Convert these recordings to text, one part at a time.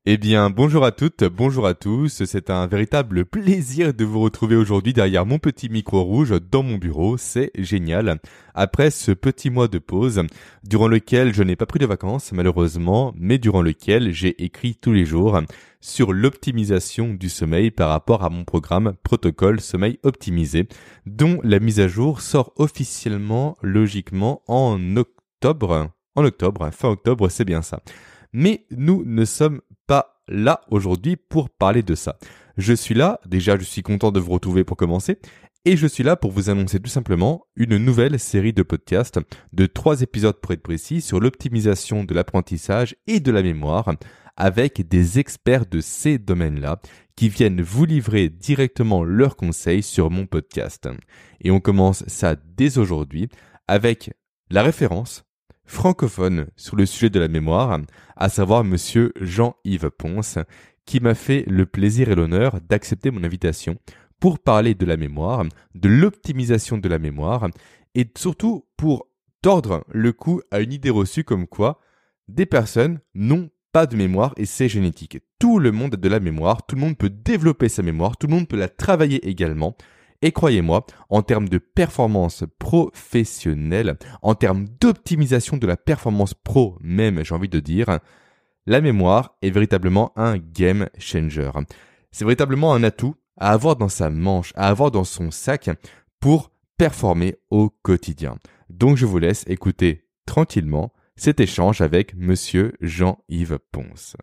Eh bien, bonjour à toutes, bonjour à tous. C'est un véritable plaisir de vous retrouver aujourd'hui derrière mon petit micro rouge dans mon bureau. C'est génial. Après ce petit mois de pause, durant lequel je n'ai pas pris de vacances, malheureusement, mais durant lequel j'ai écrit tous les jours sur l'optimisation du sommeil par rapport à mon programme Protocole Sommeil Optimisé, dont la mise à jour sort officiellement, logiquement, en octobre. En octobre, fin octobre, c'est bien ça. Mais nous ne sommes pas là aujourd'hui pour parler de ça. Je suis là, déjà je suis content de vous retrouver pour commencer, et je suis là pour vous annoncer tout simplement une nouvelle série de podcasts de 3 épisodes pour être précis sur l'optimisation de l'apprentissage et de la mémoire avec des experts de ces domaines-là qui viennent vous livrer directement leurs conseils sur mon podcast. Et on commence ça dès aujourd'hui avec la référence francophone sur le sujet de la mémoire, à savoir monsieur Jean-Yves Ponce, qui m'a fait le plaisir et l'honneur d'accepter mon invitation pour parler de la mémoire, de l'optimisation de la mémoire, et surtout pour tordre le cou à une idée reçue comme quoi des personnes n'ont pas de mémoire et c'est génétique. Tout le monde a de la mémoire, tout le monde peut développer sa mémoire, tout le monde peut la travailler également. Et croyez-moi, en termes de performance professionnelle, en termes d'optimisation de la performance pro même, j'ai envie de dire, la mémoire est véritablement un game changer. C'est véritablement un atout à avoir dans sa manche, à avoir dans son sac pour performer au quotidien. Donc je vous laisse écouter tranquillement cet échange avec monsieur Jean-Yves Ponce.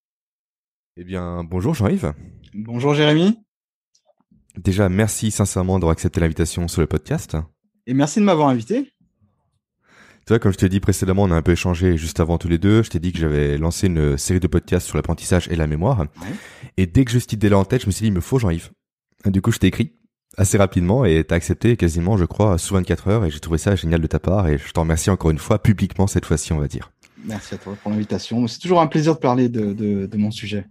Eh bien, bonjour Jean-Yves. Bonjour Jérémy, Déjà, merci sincèrement d'avoir accepté l'invitation sur le podcast. et merci de m'avoir invité. Tu vois, comme je t'ai dit précédemment, on a un peu échangé juste avant tous les deux. Je t'ai dit que j'avais lancé une série de podcasts sur l'apprentissage et la mémoire. Ouais. Et dès que j'ai cette idée-là en tête, je me suis dit, il me faut Jean-Yves. Et du coup, je t'ai écrit assez rapidement et t'as accepté quasiment, je crois, sous 24 heures et j'ai trouvé ça génial de ta part et je t'en remercie encore une fois, publiquement cette fois-ci, on va dire. Merci à toi pour l'invitation. C'est toujours un plaisir de parler de mon sujet.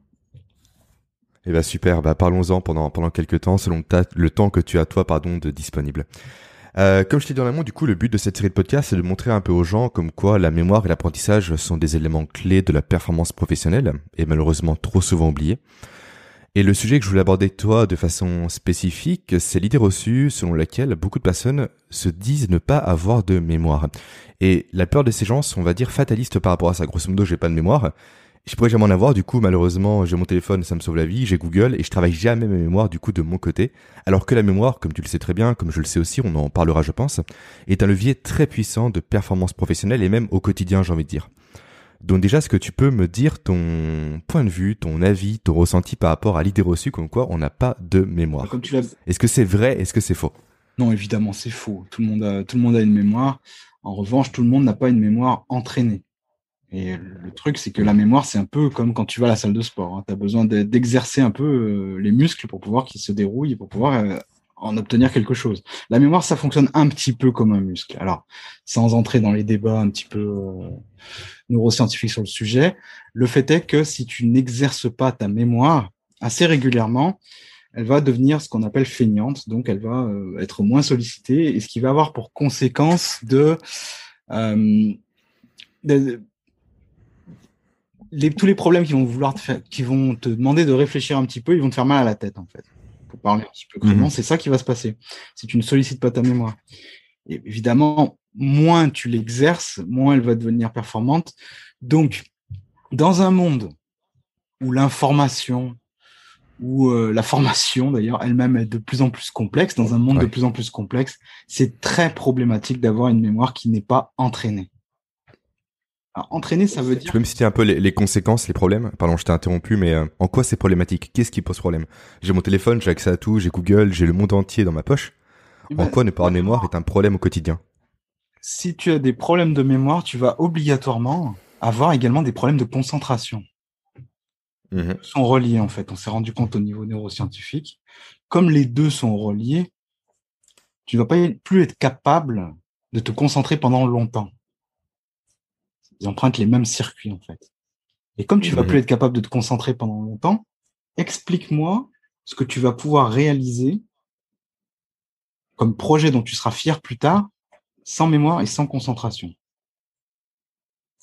Eh ben super, bah parlons-en pendant quelques temps, selon le temps que tu as toi, pardon, de disponible. Comme je t'ai dit en amont, du coup, le but de cette série de podcasts, c'est de montrer un peu aux gens comme quoi la mémoire et l'apprentissage sont des éléments clés de la performance professionnelle et malheureusement trop souvent oubliés. Et le sujet que je voulais aborder avec toi de façon spécifique, c'est l'idée reçue selon laquelle beaucoup de personnes se disent ne pas avoir de mémoire. Et la peur de ces gens sont, on va dire, fatalistes par rapport à ça. Grosso modo, j'ai pas de mémoire. Je pourrais jamais en avoir, du coup, malheureusement, j'ai mon téléphone, ça me sauve la vie, j'ai Google, et je travaille jamais ma mémoire, du coup, de mon côté. Alors que la mémoire, comme tu le sais très bien, comme je le sais aussi, on en parlera, je pense, est un levier très puissant de performance professionnelle et même au quotidien, j'ai envie de dire. Donc déjà, est-ce que tu peux me dire ton point de vue, ton avis, ton ressenti par rapport à l'idée reçue comme quoi on n'a pas de mémoire? Comme tu l'as... Est-ce que c'est vrai? Est-ce que c'est faux? Non, évidemment, c'est faux. Tout le monde a une mémoire. En revanche, tout le monde n'a pas une mémoire entraînée. Et le truc, c'est que la mémoire, c'est un peu comme quand tu vas à la salle de sport. Tu as besoin d'exercer un peu les muscles pour pouvoir qu'ils se dérouillent et pour pouvoir en obtenir quelque chose. La mémoire, ça fonctionne un petit peu comme un muscle. Alors, sans entrer dans les débats un petit peu neuroscientifiques sur le sujet, le fait est que si tu n'exerces pas ta mémoire assez régulièrement, elle va devenir ce qu'on appelle feignante, donc elle va être moins sollicitée, et ce qui va avoir pour conséquence euh, de tous les problèmes qui vont te demander de réfléchir un petit peu, ils vont te faire mal à la tête, en fait. Pour parler un petit peu crûment, c'est ça qui va se passer si tu ne sollicites pas ta mémoire. Et évidemment, moins tu l'exerces, moins elle va devenir performante. Donc, dans un monde où l'information, où la formation d'ailleurs elle-même est de plus en plus complexe, dans un monde de Ouais. plus en plus complexe, c'est très problématique d'avoir une mémoire qui n'est pas entraînée. Alors, entraîner, ça veut Tu dire peux me citer un peu les conséquences, les problèmes? Pardon, je t'ai interrompu, mais en quoi c'est problématique? Qu'est-ce qui pose problème? J'ai mon téléphone, j'ai accès à tout, j'ai Google, j'ai le monde entier dans ma poche. eh En ben, quoi ne pas avoir de mémoire est un problème au quotidien? si tu as des problèmes de mémoire, tu vas obligatoirement avoir également des problèmes de concentration. Mhm. Ils sont reliés en fait, on s'est rendu compte au niveau neuroscientifique. Comme les deux sont reliés, tu ne vas pas plus être capable de te concentrer pendant longtemps. Ils empruntent les mêmes circuits en fait. Et comme tu vas plus Mhm. être capable de te concentrer pendant longtemps, explique-moi ce que tu vas pouvoir réaliser comme projet dont tu seras fier plus tard, sans mémoire et sans concentration.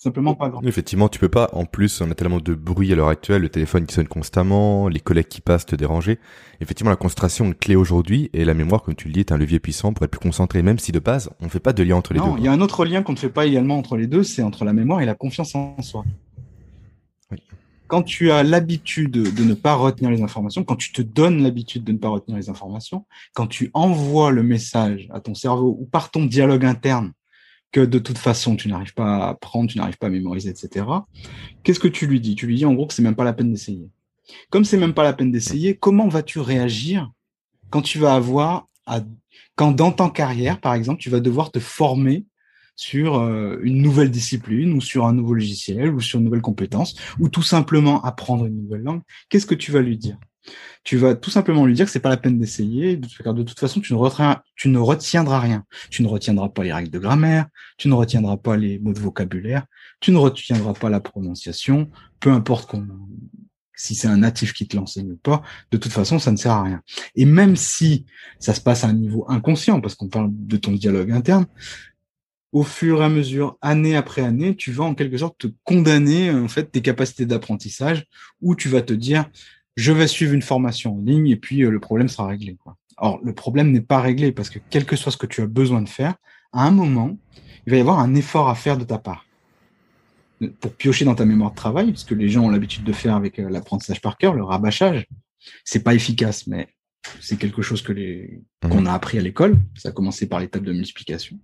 Simplement pas grand. Effectivement, tu peux pas. En plus, on a tellement de bruit à l'heure actuelle, le téléphone qui sonne constamment, les collègues qui passent te déranger. Effectivement, la concentration est clé aujourd'hui et la mémoire, comme tu le dis, est un levier puissant pour être plus concentré, même si de base, on ne fait pas de lien entre les deux. Non, il y a un autre lien qu'on ne fait pas également entre les deux, c'est entre la mémoire et la confiance en soi. Oui. Quand tu as l'habitude de ne pas retenir les informations, quand tu te donnes l'habitude de ne pas retenir les informations, quand tu envoies le message à ton cerveau ou par ton dialogue interne que de toute façon tu n'arrives pas à apprendre, tu n'arrives pas à mémoriser, etc., qu'est-ce que tu lui dis? Tu lui dis en gros que c'est même pas la peine d'essayer. Comme c'est même pas la peine d'essayer, comment vas-tu réagir quand tu vas avoir quand dans ta carrière, par exemple, tu vas devoir te former sur une nouvelle discipline ou sur un nouveau logiciel ou sur une nouvelle compétence ou tout simplement apprendre une nouvelle langue, qu'est-ce que tu vas lui dire? Tu vas tout simplement lui dire que c'est pas la peine d'essayer, car de toute façon, tu ne retiendras rien. Tu ne retiendras pas les règles de grammaire, tu ne retiendras pas les mots de vocabulaire, tu ne retiendras pas la prononciation, peu importe si c'est un natif qui te l'enseigne ou pas, de toute façon, ça ne sert à rien. Et même si ça se passe à un niveau inconscient, parce qu'on parle de ton dialogue interne, au fur et à mesure, année après année, tu vas en quelque sorte te condamner en fait tes capacités d'apprentissage, où tu vas te dire je vais suivre une formation en ligne et puis le problème sera réglé, quoi. Or, le problème n'est pas réglé parce que quel que soit ce que tu as besoin de faire, à un moment, il va y avoir un effort à faire de ta part pour piocher dans ta mémoire de travail, ce que les gens ont l'habitude de faire avec l'apprentissage par cœur, le rabâchage. C'est pas efficace, mais c'est quelque chose qu'on a appris à l'école. Ça a commencé par l'étape de multiplication.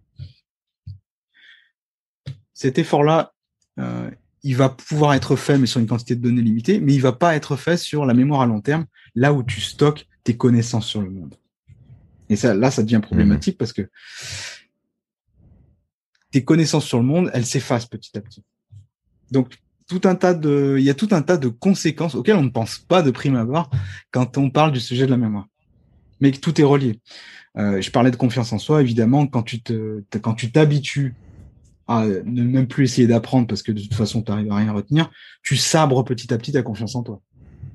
Cet effort-là, il va pouvoir être fait, mais sur une quantité de données limitée, mais il va pas être fait sur la mémoire à long terme, là où tu stockes tes connaissances sur le monde. Et ça, là, ça devient problématique parce que tes connaissances sur le monde, elles s'effacent petit à petit. Donc, il y a tout un tas de conséquences auxquelles on ne pense pas de prime abord quand on parle du sujet de la mémoire. Mais que tout est relié. Je parlais de confiance en soi, évidemment, quand tu t'habitues à ne même plus essayer d'apprendre parce que de toute façon, tu n'arrives à rien retenir, tu sabres petit à petit ta confiance en toi.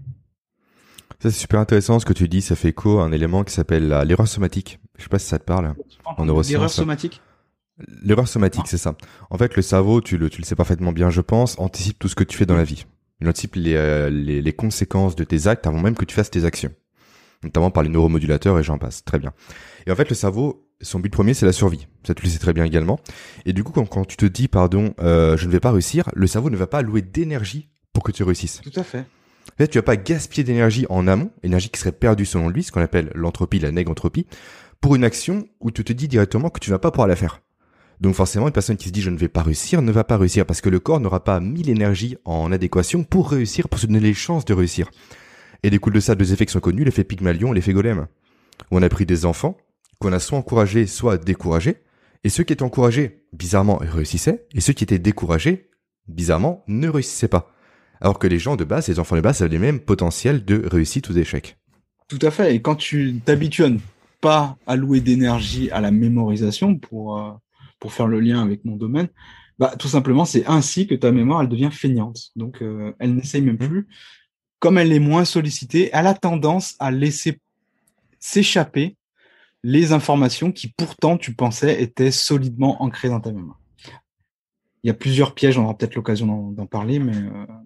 Ça, c'est super intéressant ce que tu dis. Ça fait écho à un élément qui s'appelle l'erreur somatique. Je sais pas si ça te parle en neurosciences. L'erreur somatique? L'erreur somatique, c'est ça. En fait, le cerveau, tu le sais parfaitement bien, je pense, anticipe tout ce que tu fais dans la vie. Il anticipe les conséquences de tes actes avant même que tu fasses tes actions. Notamment par les neuromodulateurs et j'en passe. Très bien. Et en fait, le cerveau, son but premier, c'est la survie. Ça, tu le sais très bien également. Et du coup, quand tu te dis, je ne vais pas réussir, le cerveau ne va pas allouer d'énergie pour que tu réussisses. Tout à fait. En fait, tu vas pas gaspiller d'énergie en amont, énergie qui serait perdue selon lui, ce qu'on appelle l'entropie, la négantropie, pour une action où tu te dis directement que tu ne vas pas pouvoir la faire. Donc forcément, une personne qui se dit je ne vais pas réussir ne va pas réussir parce que le corps n'aura pas mis l'énergie en adéquation pour réussir, pour se donner les chances de réussir. Et découle de ça deux effets qui sont connus, l'effet Pygmalion et l'effet Golem, où on a pris des enfants qu'on a soit encouragés, soit découragés, et ceux qui étaient encouragés, bizarrement, réussissaient, et ceux qui étaient découragés, bizarrement, ne réussissaient pas. Alors que les gens de base, les enfants de base, avaient les mêmes potentiels de réussite ou d'échec. Tout à fait. Et quand tu t'habitues à ne pas allouer d'énergie à la mémorisation pour faire le lien avec mon domaine, bah, tout simplement, c'est ainsi que ta mémoire, elle devient feignante. Donc, elle n'essaye même plus. Comme elle est moins sollicitée, elle a tendance à laisser s'échapper les informations qui pourtant, tu pensais, étaient solidement ancrées dans ta mémoire. Il y a plusieurs pièges, on aura peut-être l'occasion d'en parler, mais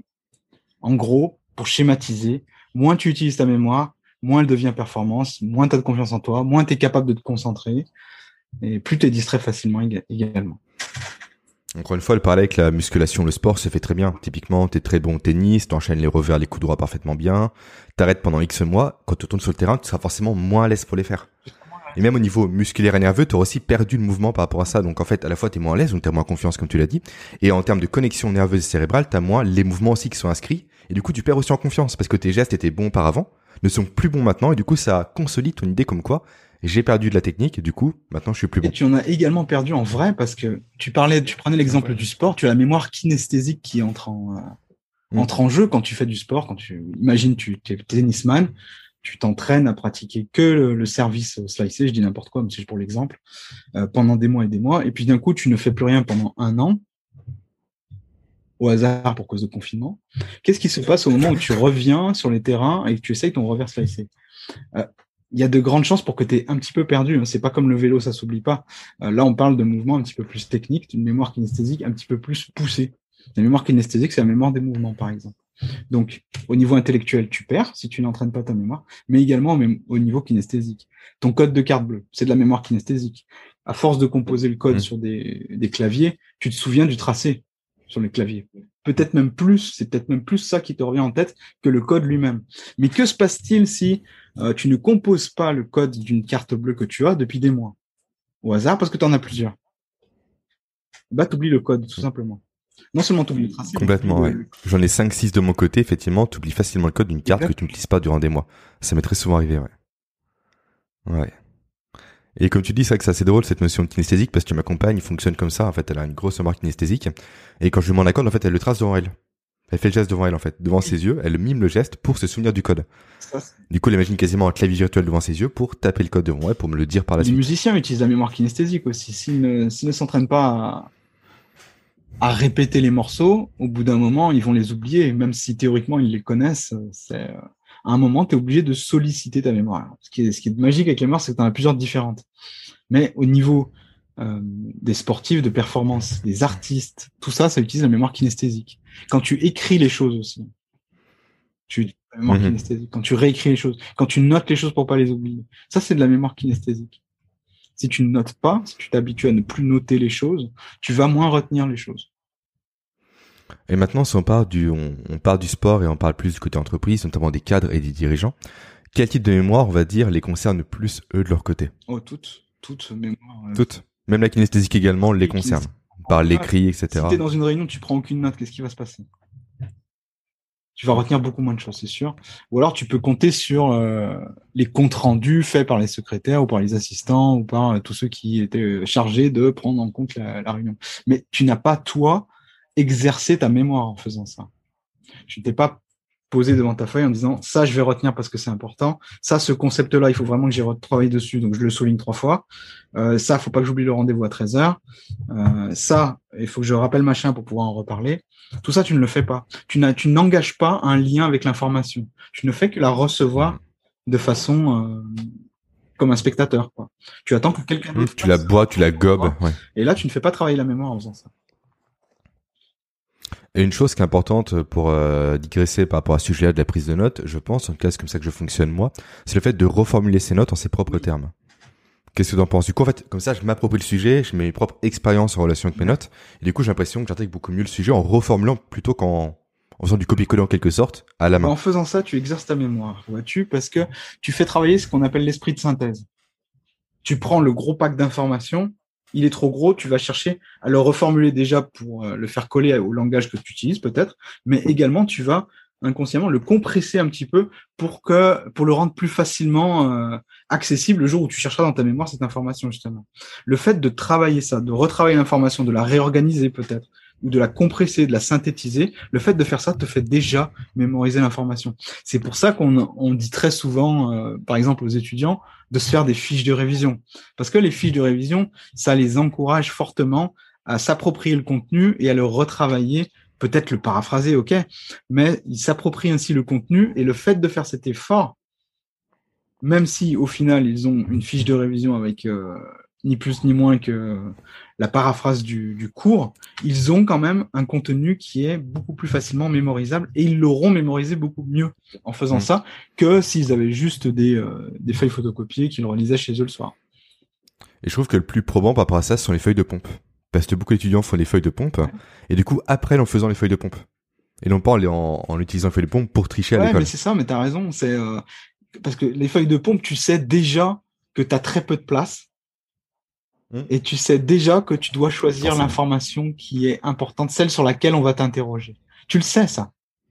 en gros, pour schématiser, moins tu utilises ta mémoire, moins elle devient performance, moins tu as de confiance en toi, moins tu es capable de te concentrer, et plus tu es distrait facilement également. Encore une fois, le parallèle avec la musculation, le sport se fait très bien. Typiquement, t'es très bon au tennis, t'enchaînes les revers, les coups droits parfaitement bien, t'arrêtes pendant X mois, quand tu retournes sur le terrain, tu seras forcément moins à l'aise pour les faire. Et même au niveau musculaire et nerveux, t'auras aussi perdu le mouvement par rapport à ça. Donc en fait, à la fois t'es moins à l'aise, donc t'as moins confiance comme tu l'as dit, et en termes de connexion nerveuse et cérébrale, t'as moins les mouvements aussi qui sont inscrits, et du coup tu perds aussi en confiance, parce que tes gestes étaient bons auparavant, ne sont plus bons maintenant, et du coup ça consolide ton idée comme quoi j'ai perdu de la technique, du coup, maintenant je suis plus bon. Et tu en as également perdu en vrai parce que tu prenais l'exemple du sport, tu as la mémoire kinesthésique qui entre en jeu quand tu fais du sport. Imagine, tu es tennisman, tu t'entraînes à pratiquer que le service slicé, je dis n'importe quoi, mais c'est pour l'exemple, pendant des mois et des mois, et puis d'un coup, tu ne fais plus rien pendant un an, au hasard pour cause de confinement. Qu'est-ce qui se passe au moment où tu reviens sur les terrains et que tu essayes ton revers slicé? Il y a de grandes chances pour que tu aies un petit peu perdu. C'est pas comme le vélo, ça s'oublie pas. Là, on parle de mouvements un petit peu plus techniques, d'une mémoire kinesthésique un petit peu plus poussée. La mémoire kinesthésique, c'est la mémoire des mouvements, par exemple. Donc, au niveau intellectuel, tu perds si tu n'entraînes pas ta mémoire, mais également au niveau kinesthésique. Ton code de carte bleue, c'est de la mémoire kinesthésique. À force de composer le code sur des claviers, tu te souviens du tracé sur les claviers. Peut-être même plus, c'est peut-être même plus ça qui te revient en tête que le code lui-même. Mais que se passe-t-il si tu ne composes pas le code d'une carte bleue que tu as depuis des mois, au hasard, parce que tu en as plusieurs? Bah, tu oublies le code, tout simplement. Non seulement tu oublies le tracé, Complètement, ouais. J'en ai 5-6 de mon côté, effectivement, tu oublies facilement le code d'une carte que tu n'utilises pas durant des mois. Ça m'est très souvent arrivé, ouais. Ouais. Et comme tu dis, c'est vrai que c'est assez drôle cette notion de kinesthésique parce que ma compagne fonctionne comme ça. En fait, elle a une grosse mémoire kinesthésique. Et quand je lui demande un code, en fait, elle le trace devant elle. Elle fait le geste devant elle, en fait. Devant ses yeux, elle mime le geste pour se souvenir du code. Du coup, elle imagine quasiment un clavier virtuel devant ses yeux pour taper le code devant elle, pour me le dire par la Les suite. musiciens utilisent la mémoire kinesthésique aussi. S'ils ne s'entraînent pas à répéter les morceaux, au bout d'un moment, ils vont les oublier. Même si théoriquement, ils les connaissent, à un moment, tu es obligé de solliciter ta mémoire. Ce qui est magique avec la mémoire, c'est que tu en as plusieurs différentes. Mais au niveau des sportifs de performance, des artistes, tout ça, ça utilise la mémoire kinesthésique. Quand tu écris les choses aussi, la mémoire kinesthésique. Quand tu réécris les choses, quand tu notes les choses pour pas les oublier, ça, c'est de la mémoire kinesthésique. Si tu ne notes pas, si tu t'habitues à ne plus noter les choses, tu vas moins retenir les choses. Et maintenant, si on parle on parle du sport et on parle plus du côté entreprise, notamment des cadres et des dirigeants, quel type de mémoire, on va dire, les concerne plus eux de leur côté? Oh, toute mémoire. Toutes. Même la kinesthésique également les concerne. Par l'écrit, etc. Si tu es dans une réunion, tu prends aucune note, qu'est-ce qui va se passer? Tu vas retenir beaucoup moins de choses, c'est sûr. Ou alors, tu peux compter sur les comptes rendus faits par les secrétaires ou par les assistants ou par tous ceux qui étaient chargés de prendre en compte la réunion. Mais tu n'as pas, toi, exercé ta mémoire en faisant ça. Tu ne t'es pas posé devant ta feuille en disant ça, je vais retenir parce que c'est important. Ça, ce concept-là, il faut vraiment que j'y retravaille dessus, donc je le souligne 3 fois. Ça, faut pas que j'oublie le rendez-vous à 13h. Ça, il faut que je rappelle machin pour pouvoir en reparler. Tout ça, tu ne le fais pas. Tu n'engages pas un lien avec l'information. Tu ne fais que la recevoir de façon comme un spectateur, quoi. Tu attends que quelqu'un d'autre tu la bois, tu la gobes. Ouais. Et là, tu ne fais pas travailler la mémoire en faisant ça. Et une chose qui est importante pour digresser par rapport à ce sujet-là de la prise de notes, je pense, en tout cas c'est comme ça que je fonctionne moi, c'est le fait de reformuler ses notes en ses propres termes. Qu'est-ce que tu en penses? Du coup, en fait, comme ça, je m'approprie le sujet, je mets mes propres expériences en relation avec mes notes, et du coup, j'ai l'impression que j'intègre beaucoup mieux le sujet en reformulant plutôt qu'en faisant du copier-coller en quelque sorte, à la main. En faisant ça, tu exerces ta mémoire, vois-tu, parce que tu fais travailler ce qu'on appelle l'esprit de synthèse. Tu prends le gros pack d'informations, il est trop gros, tu vas chercher à le reformuler déjà pour le faire coller au langage que tu utilises peut-être, mais également tu vas inconsciemment le compresser un petit peu pour le rendre plus facilement accessible le jour où tu chercheras dans ta mémoire cette information justement. Le fait de travailler ça, de retravailler l'information, de la réorganiser peut-être, ou de la compresser, de la synthétiser, le fait de faire ça te fait déjà mémoriser l'information. C'est pour ça qu'on dit très souvent, par exemple aux étudiants, de se faire des fiches de révision. Parce que les fiches de révision, ça les encourage fortement à s'approprier le contenu et à le retravailler, peut-être le paraphraser, ok, mais ils s'approprient ainsi le contenu et le fait de faire cet effort, même si au final ils ont une fiche de révision avec ni plus ni moins que la paraphrase du cours, ils ont quand même un contenu qui est beaucoup plus facilement mémorisable et ils l'auront mémorisé beaucoup mieux en faisant ça que s'ils avaient juste des feuilles photocopiées qu'ils relisaient chez eux le soir. Et je trouve que le plus probant par rapport à ça, ce sont les feuilles de pompe. Parce que beaucoup d'étudiants font les feuilles de pompe, et du coup, après, en faisant les feuilles de pompe. Et non pas en utilisant les feuilles de pompe pour tricher à l'école. Ouais, mais c'est ça, mais t'as raison. C'est parce que les feuilles de pompe, tu sais déjà que t'as très peu de place. Et tu sais déjà que tu dois choisir l'information qui est importante, celle sur laquelle on va t'interroger. Tu le sais, ça.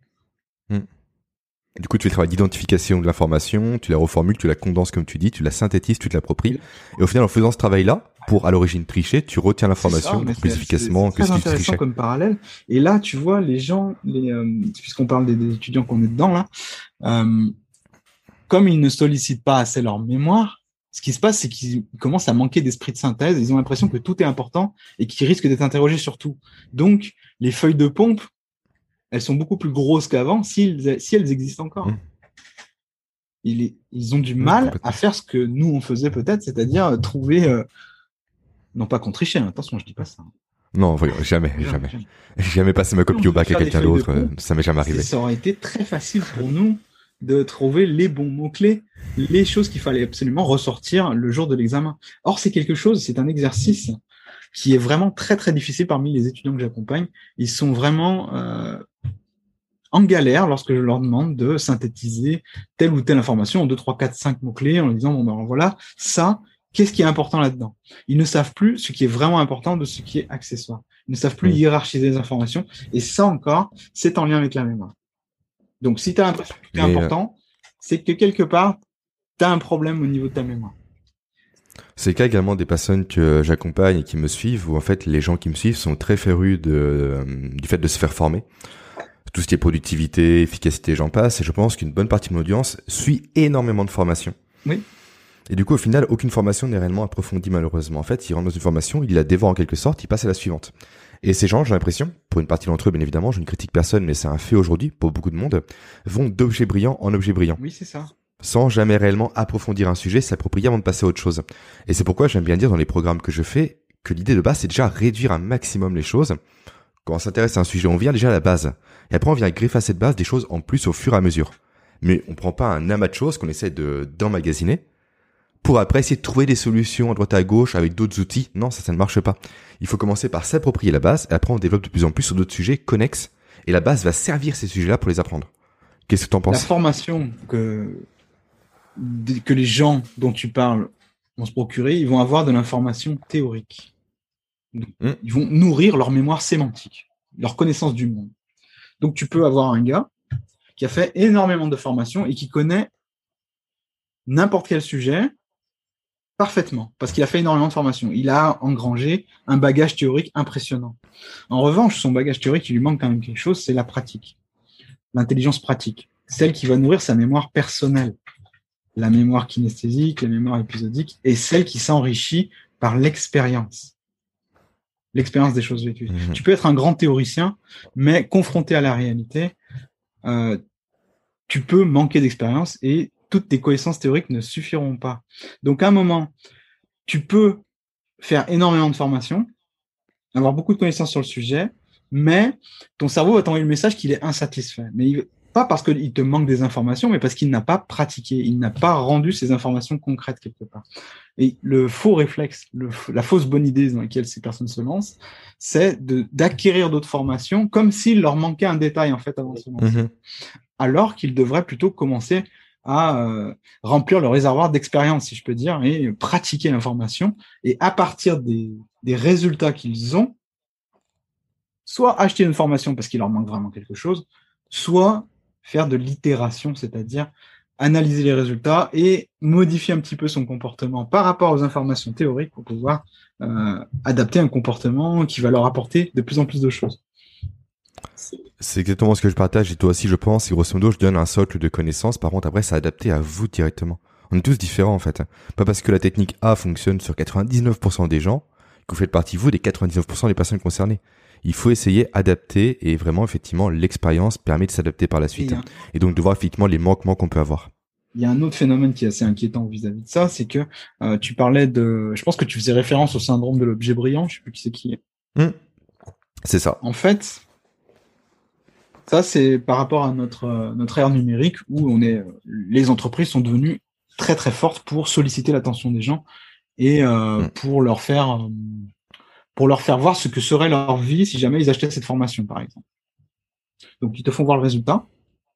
Du coup, tu fais le travail d'identification de l'information, tu la reformules, tu la condenses comme tu dis, tu la synthétises, tu te l'appropries. Et au final, en faisant ce travail-là, pour à l'origine tricher, tu retiens l'information plus efficacement que si tu trichais. C'est intéressant comme parallèle. Et là, tu vois, les gens, puisqu'on parle des étudiants qu'on est dedans là, comme ils ne sollicitent pas assez leur mémoire, ce qui se passe, c'est qu'ils commencent à manquer d'esprit de synthèse. Ils ont l'impression que tout est important et qu'ils risquent d'être interrogés sur tout. Donc, les feuilles de pompe, elles sont beaucoup plus grosses qu'avant si elles existent encore. Ils ont du mal à faire ce que nous, on faisait peut-être, c'est-à-dire trouver... non pas qu'on trichait, attention, je dis pas ça. Mais Non, voyons, jamais, Jamais, jamais. jamais. J'ai jamais passé ma On copie au devait bac à faire des quelqu'un feuilles de d'autre, peau. ça m'est jamais arrivé. Ça aurait été très facile pour nous de trouver les bons mots-clés, les choses qu'il fallait absolument ressortir le jour de l'examen. Or, c'est un exercice qui est vraiment très très difficile parmi les étudiants que j'accompagne. Ils sont vraiment en galère lorsque je leur demande de synthétiser telle ou telle information en 2, 3, 4, 5 mots-clés en leur disant, bon ben voilà, ça, qu'est-ce qui est important là-dedans? Ils ne savent plus ce qui est vraiment important de ce qui est accessoire. Ils ne savent plus Mm. hiérarchiser les informations. Et ça encore, c'est en lien avec la mémoire. Donc, si tu as l'impression que tout est Mais important, c'est que quelque part, tu as un problème au niveau de ta mémoire. c'est le cas également des personnes que j'accompagne et qui me suivent, où en fait les gens qui me suivent sont très férus du fait de se faire former. Tout ce qui est productivité, efficacité, j'en passe, et je pense qu'une bonne partie de mon audience suit énormément de formations. Oui. Et du coup, au final, aucune formation n'est réellement approfondie, malheureusement. En fait, ils rentrent dans une formation, ils la dévorent en quelque sorte, ils passent à la suivante. Et ces gens, j'ai l'impression, pour une partie d'entre eux, bien évidemment, je ne critique personne, mais c'est un fait aujourd'hui, pour beaucoup de monde, vont d'objet brillant en objet brillant. Oui, c'est ça. Sans jamais réellement approfondir un sujet, s'approprier avant de passer à autre chose. Et c'est pourquoi j'aime bien dire dans les programmes que je fais que l'idée de base, c'est déjà réduire un maximum les choses. Quand on s'intéresse à un sujet, on vient déjà à la base. Et après, on vient greffer à cette base des choses en plus au fur et à mesure. Mais on prend pas un amas de choses qu'on essaie d'emmagasiner pour après essayer de trouver des solutions à droite à gauche avec d'autres outils. Non, ça ne marche pas. Il faut commencer par s'approprier la base et après on développe de plus en plus sur d'autres sujets connexes et la base va servir ces sujets-là pour les apprendre. Qu'est-ce que t'en La penses? formation que les gens dont tu parles vont se procurer, ils vont avoir de l'information théorique. Donc, ils vont nourrir leur mémoire sémantique, leur connaissance du monde. Donc, tu peux avoir un gars qui a fait énormément de formations et qui connaît n'importe quel sujet parfaitement, parce qu'il a fait énormément de formations. Il a engrangé un bagage théorique impressionnant. En revanche, son bagage théorique, il lui manque quand même quelque chose, c'est la pratique, l'intelligence pratique, celle qui va nourrir sa mémoire personnelle, la mémoire kinesthésique, la mémoire épisodique, et celle qui s'enrichit par l'expérience des choses vécues. Mmh. Tu peux être un grand théoricien, mais confronté à la réalité, tu peux manquer d'expérience et toutes tes connaissances théoriques ne suffiront pas. Donc, à un moment, tu peux faire énormément de formations, avoir beaucoup de connaissances sur le sujet, mais ton cerveau va t'envoyer le message qu'il est insatisfait. Mais pas parce qu'il te manque des informations, mais parce qu'il n'a pas pratiqué, il n'a pas rendu ces informations concrètes quelque part. Et le faux réflexe, la fausse bonne idée dans laquelle ces personnes se lancent, c'est d'acquérir d'autres formations comme s'il leur manquait un détail en fait avant de se lancer. Mmh. Alors qu'ils devraient plutôt commencer à remplir le réservoir d'expérience, si je peux dire, et pratiquer l'information. Et à partir des résultats qu'ils ont, soit acheter une formation parce qu'il leur manque vraiment quelque chose, soit faire de l'itération, c'est-à-dire analyser les résultats et modifier un petit peu son comportement par rapport aux informations théoriques pour pouvoir adapter un comportement qui va leur apporter de plus en plus de choses. C'est exactement ce que je partage et toi aussi je pense. Et grosso modo, je donne un socle de connaissances. Par contre, après, c'est adapté à vous directement. On est tous différents en fait. Pas parce que la technique A fonctionne sur 99% des gens que vous faites partie, vous, des 99% des personnes concernées. Il faut essayer, adapter et vraiment, effectivement, l'expérience permet de s'adapter par la suite. Et donc de voir effectivement les manquements qu'on peut avoir. Il y a un autre phénomène qui est assez inquiétant vis-à-vis de ça, c'est que tu parlais je pense que tu faisais référence au syndrome de l'objet brillant, je sais plus qui c'est qui est. C'est ça. En fait, ça c'est par rapport à notre ère numérique où les entreprises sont devenues très très fortes pour solliciter l'attention des gens et pour leur faire voir ce que serait leur vie si jamais ils achetaient cette formation, par exemple. Donc ils te font voir le résultat,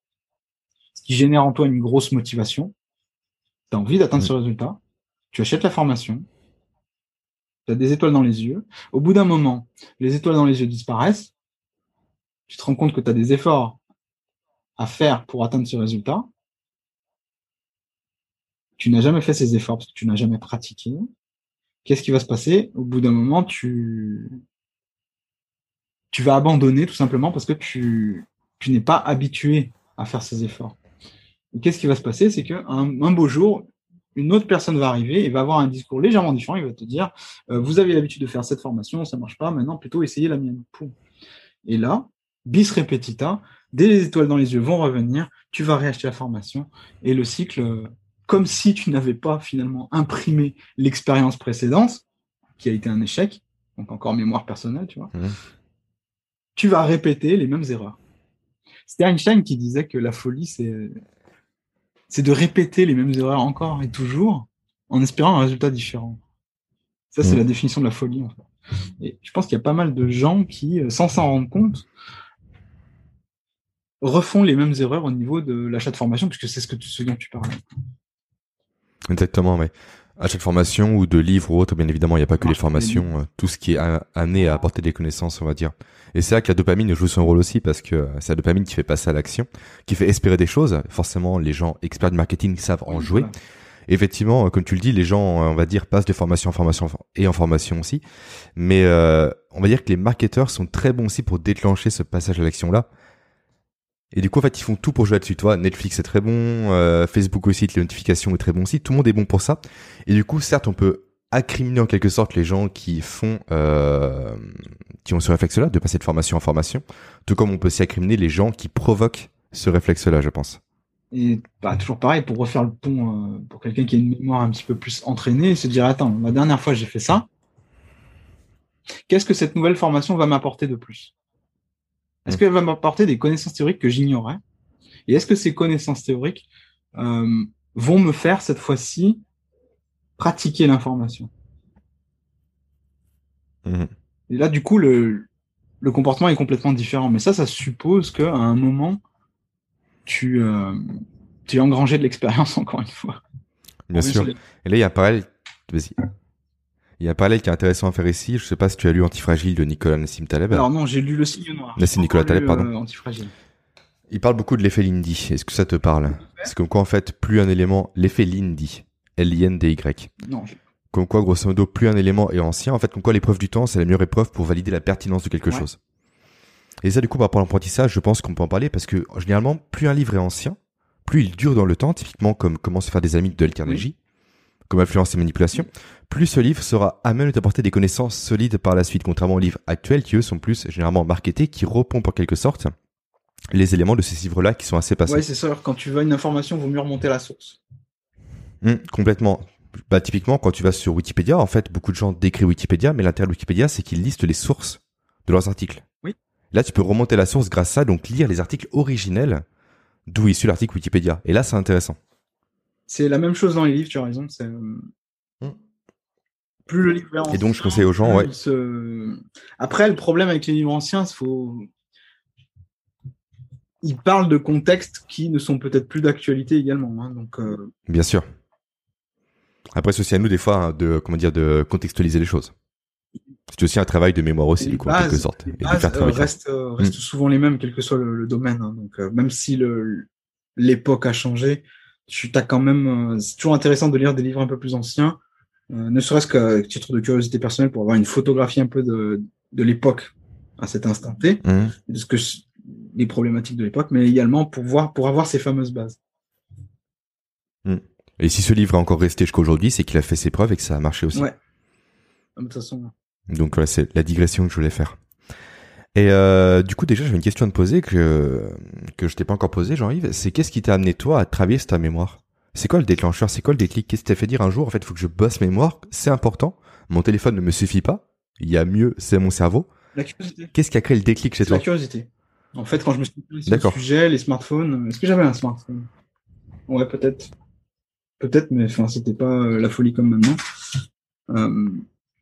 ce qui génère en toi une grosse motivation. Tu as envie d'atteindre ce résultat, tu achètes la formation, tu as des étoiles dans les yeux. Au bout d'un moment, les étoiles dans les yeux disparaissent, tu te rends compte que tu as des efforts à faire pour atteindre ce résultat. Tu n'as jamais fait ces efforts parce que tu n'as jamais pratiqué. Qu'est-ce qui va se passer? Au bout d'un moment, tu vas abandonner tout simplement parce que tu n'es pas habitué à faire ces efforts. Et qu'est-ce qui va se passer? C'est qu'un beau jour, une autre personne va arriver et va avoir un discours légèrement différent. Il va te dire, vous avez l'habitude de faire cette formation, ça marche pas, maintenant plutôt essayez la mienne. Poum. Et là, bis repetita, dès les étoiles dans les yeux vont revenir, tu vas réacheter la formation et le cycle, comme si tu n'avais pas finalement imprimé l'expérience précédente, qui a été un échec, donc encore mémoire personnelle, tu vois, Mhm. tu vas répéter les mêmes erreurs. C'était Einstein qui disait que la folie, c'est de répéter les mêmes erreurs encore et toujours en espérant un résultat différent. Ça, c'est Mhm. la définition de la folie, en fait. Et je pense qu'il y a pas mal de gens qui, sans s'en rendre compte, refont les mêmes erreurs au niveau de l'achat de formation, puisque c'est ce dont tu parlais. Exactement, mais à chaque formation ou de livres ou autre, bien évidemment, il n'y a pas que les Marche les livres. formations, tout ce qui est amené à apporter des connaissances, on va dire. Et c'est là que la dopamine joue son rôle aussi parce que c'est la dopamine qui fait passer à l'action, qui fait espérer des choses. Forcément, les gens experts du marketing savent en Oui, jouer. voilà. Effectivement, comme tu le dis, les gens, on va dire, passent de formation en formation et en formation aussi. Mais on va dire que les marketeurs sont très bons aussi pour déclencher ce passage à l'action-là. Et du coup, en fait, ils font tout pour jouer là-dessus. Toi, Netflix est très bon, Facebook aussi, les notifications est très bon aussi. Tout le monde est bon pour ça. Et du coup, certes, on peut accriminer en quelque sorte les gens qui qui ont ce réflexe-là de passer de formation en formation. Tout comme on peut aussi accriminer les gens qui provoquent ce réflexe-là, je pense. Et bah, toujours pareil, pour refaire le pont, pour quelqu'un qui a une mémoire un petit peu plus entraînée, se dire, attends, la dernière fois j'ai fait ça, qu'est-ce que cette nouvelle formation va m'apporter de plus? Est-ce Mm. qu'elle va m'apporter des connaissances théoriques que j'ignorais? Et est-ce que ces connaissances théoriques vont me faire cette fois-ci pratiquer l'information? Mhm. Et là, du coup, le comportement est complètement différent. Mais ça suppose qu'à un moment, tu, euh, tu as engrangé de l'expérience, encore une fois. Bien sûr. Et là, il y a un parallèle. Vas-y. Il y a un parallèle qui est intéressant à faire ici. Je sais pas si tu as lu Antifragile de Nicolas Nassim Taleb. Alors non, j'ai lu Le Signe Noir. J'ai pas Nassim encore Nicolas Taleb, lu pardon. Antifragile. Il parle beaucoup de l'effet Lindy. Est-ce que ça te parle? C'est comme quoi, en fait, plus un élément, l'effet Lindy, Lindy, Non, comme quoi, grosso modo, plus un élément est ancien, en fait, comme quoi l'épreuve du temps, c'est la meilleure épreuve pour valider la pertinence de quelque ouais. chose. Et ça, du coup, par rapport à l'apprentissage, je pense qu'on peut en parler parce que, généralement, plus un livre est ancien, plus il dure dans le temps, typiquement comme Comment se faire des amis de Dale Oui. Carnegie, comme Influence et manipulation, plus ce livre sera à même de t'apporter des connaissances solides par la suite, contrairement aux livres actuels qui, eux, sont plus généralement marketés, qui repompent en quelque sorte les éléments de ces livres-là qui sont assez Ouais, passés. c'est ça. Quand tu veux une information, il vaut mieux remonter la source. Complètement. Bah, typiquement, quand tu vas sur Wikipédia, en fait, beaucoup de gens décrivent Wikipédia, mais l'intérêt de Wikipédia, c'est qu'ils listent les sources de leurs articles. Oui. Là, tu peux remonter la source grâce à ça, donc lire les articles originels d'où est issu l'article Wikipédia. Et là, c'est intéressant. C'est la même chose dans les livres, tu as raison. Mm. Plus le livre est Et donc, je ancien, conseille aux gens, plus ouais, il se... Après, le problème avec les livres anciens, ils parlent de contextes qui ne sont peut-être plus d'actualité également. Hein. Donc, bien sûr. Après, c'est aussi à nous, des fois, hein, de contextualiser les choses. C'est aussi un travail de mémoire aussi, du coup, en quelque sorte. les Et de bases faire travailler. restent souvent les mêmes, quel que soit le domaine. Hein. Donc, même si l'époque a changé, t'as quand même, c'est toujours intéressant de lire des livres un peu plus anciens, ne serait-ce qu'à titre de curiosité personnelle pour avoir une photographie un peu de l'époque à cet instant T, Mhm. de les problématiques de l'époque, mais également pour avoir ces fameuses bases. Mhm. Et si ce livre est encore resté jusqu'à aujourd'hui, c'est qu'il a fait ses preuves et que ça a marché aussi. Ouais. De toute façon. Donc voilà, c'est la digression que je voulais faire. Et du coup, déjà, j'avais une question à te poser que je t'ai pas encore posée, Jean-Yves. C'est qu'est-ce qui t'a amené, toi, à travailler sur ta mémoire? C'est quoi le déclencheur? C'est quoi le déclic? Qu'est-ce qui t'a fait dire un jour, en fait, il faut que je bosse mémoire? C'est important. Mon téléphone ne me suffit pas. Il y a mieux, c'est mon cerveau. La curiosité. Qu'est-ce qui a créé le déclic chez C'est la toi? curiosité. En fait, quand je me suis intéressé au D'accord. sujet, les smartphones, est-ce que j'avais un smartphone? Ouais, peut-être. Peut-être, mais enfin, c'était pas la folie comme maintenant. Euh,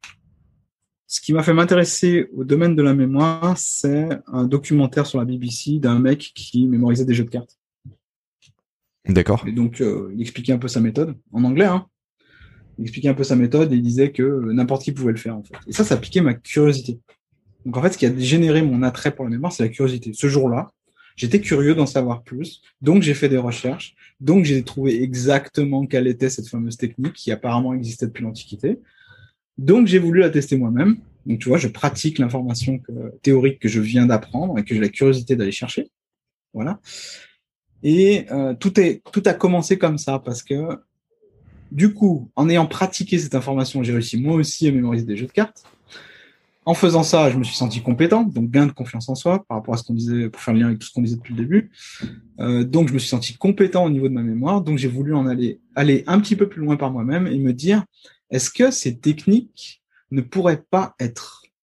Ce qui m'a fait m'intéresser au domaine de la mémoire, c'est un documentaire sur la BBC d'un mec qui mémorisait des jeux de cartes. D'accord. Et donc, il expliquait un peu sa méthode, en anglais, hein. Il expliquait un peu sa méthode et il disait que n'importe qui pouvait le faire, en fait. Et ça piquait ma curiosité. Donc, en fait, ce qui a généré mon attrait pour la mémoire, c'est la curiosité. Ce jour-là, j'étais curieux d'en savoir plus, donc j'ai fait des recherches, donc j'ai trouvé exactement quelle était cette fameuse technique qui apparemment existait depuis l'Antiquité. Donc, j'ai voulu la tester moi-même. Donc, tu vois, je pratique l'information théorique que je viens d'apprendre et que j'ai la curiosité d'aller chercher. Voilà. Et tout a commencé comme ça parce que, du coup, en ayant pratiqué cette information, j'ai réussi moi aussi à mémoriser des jeux de cartes. En faisant ça, je me suis senti compétent, donc gain de confiance en soi par rapport à ce qu'on disait, pour faire le lien avec tout ce qu'on disait depuis le début. Donc, je me suis senti compétent au niveau de ma mémoire. Donc, j'ai voulu aller un petit peu plus loin par moi-même et me dire, est-ce que ces techniques ne pourraient pas être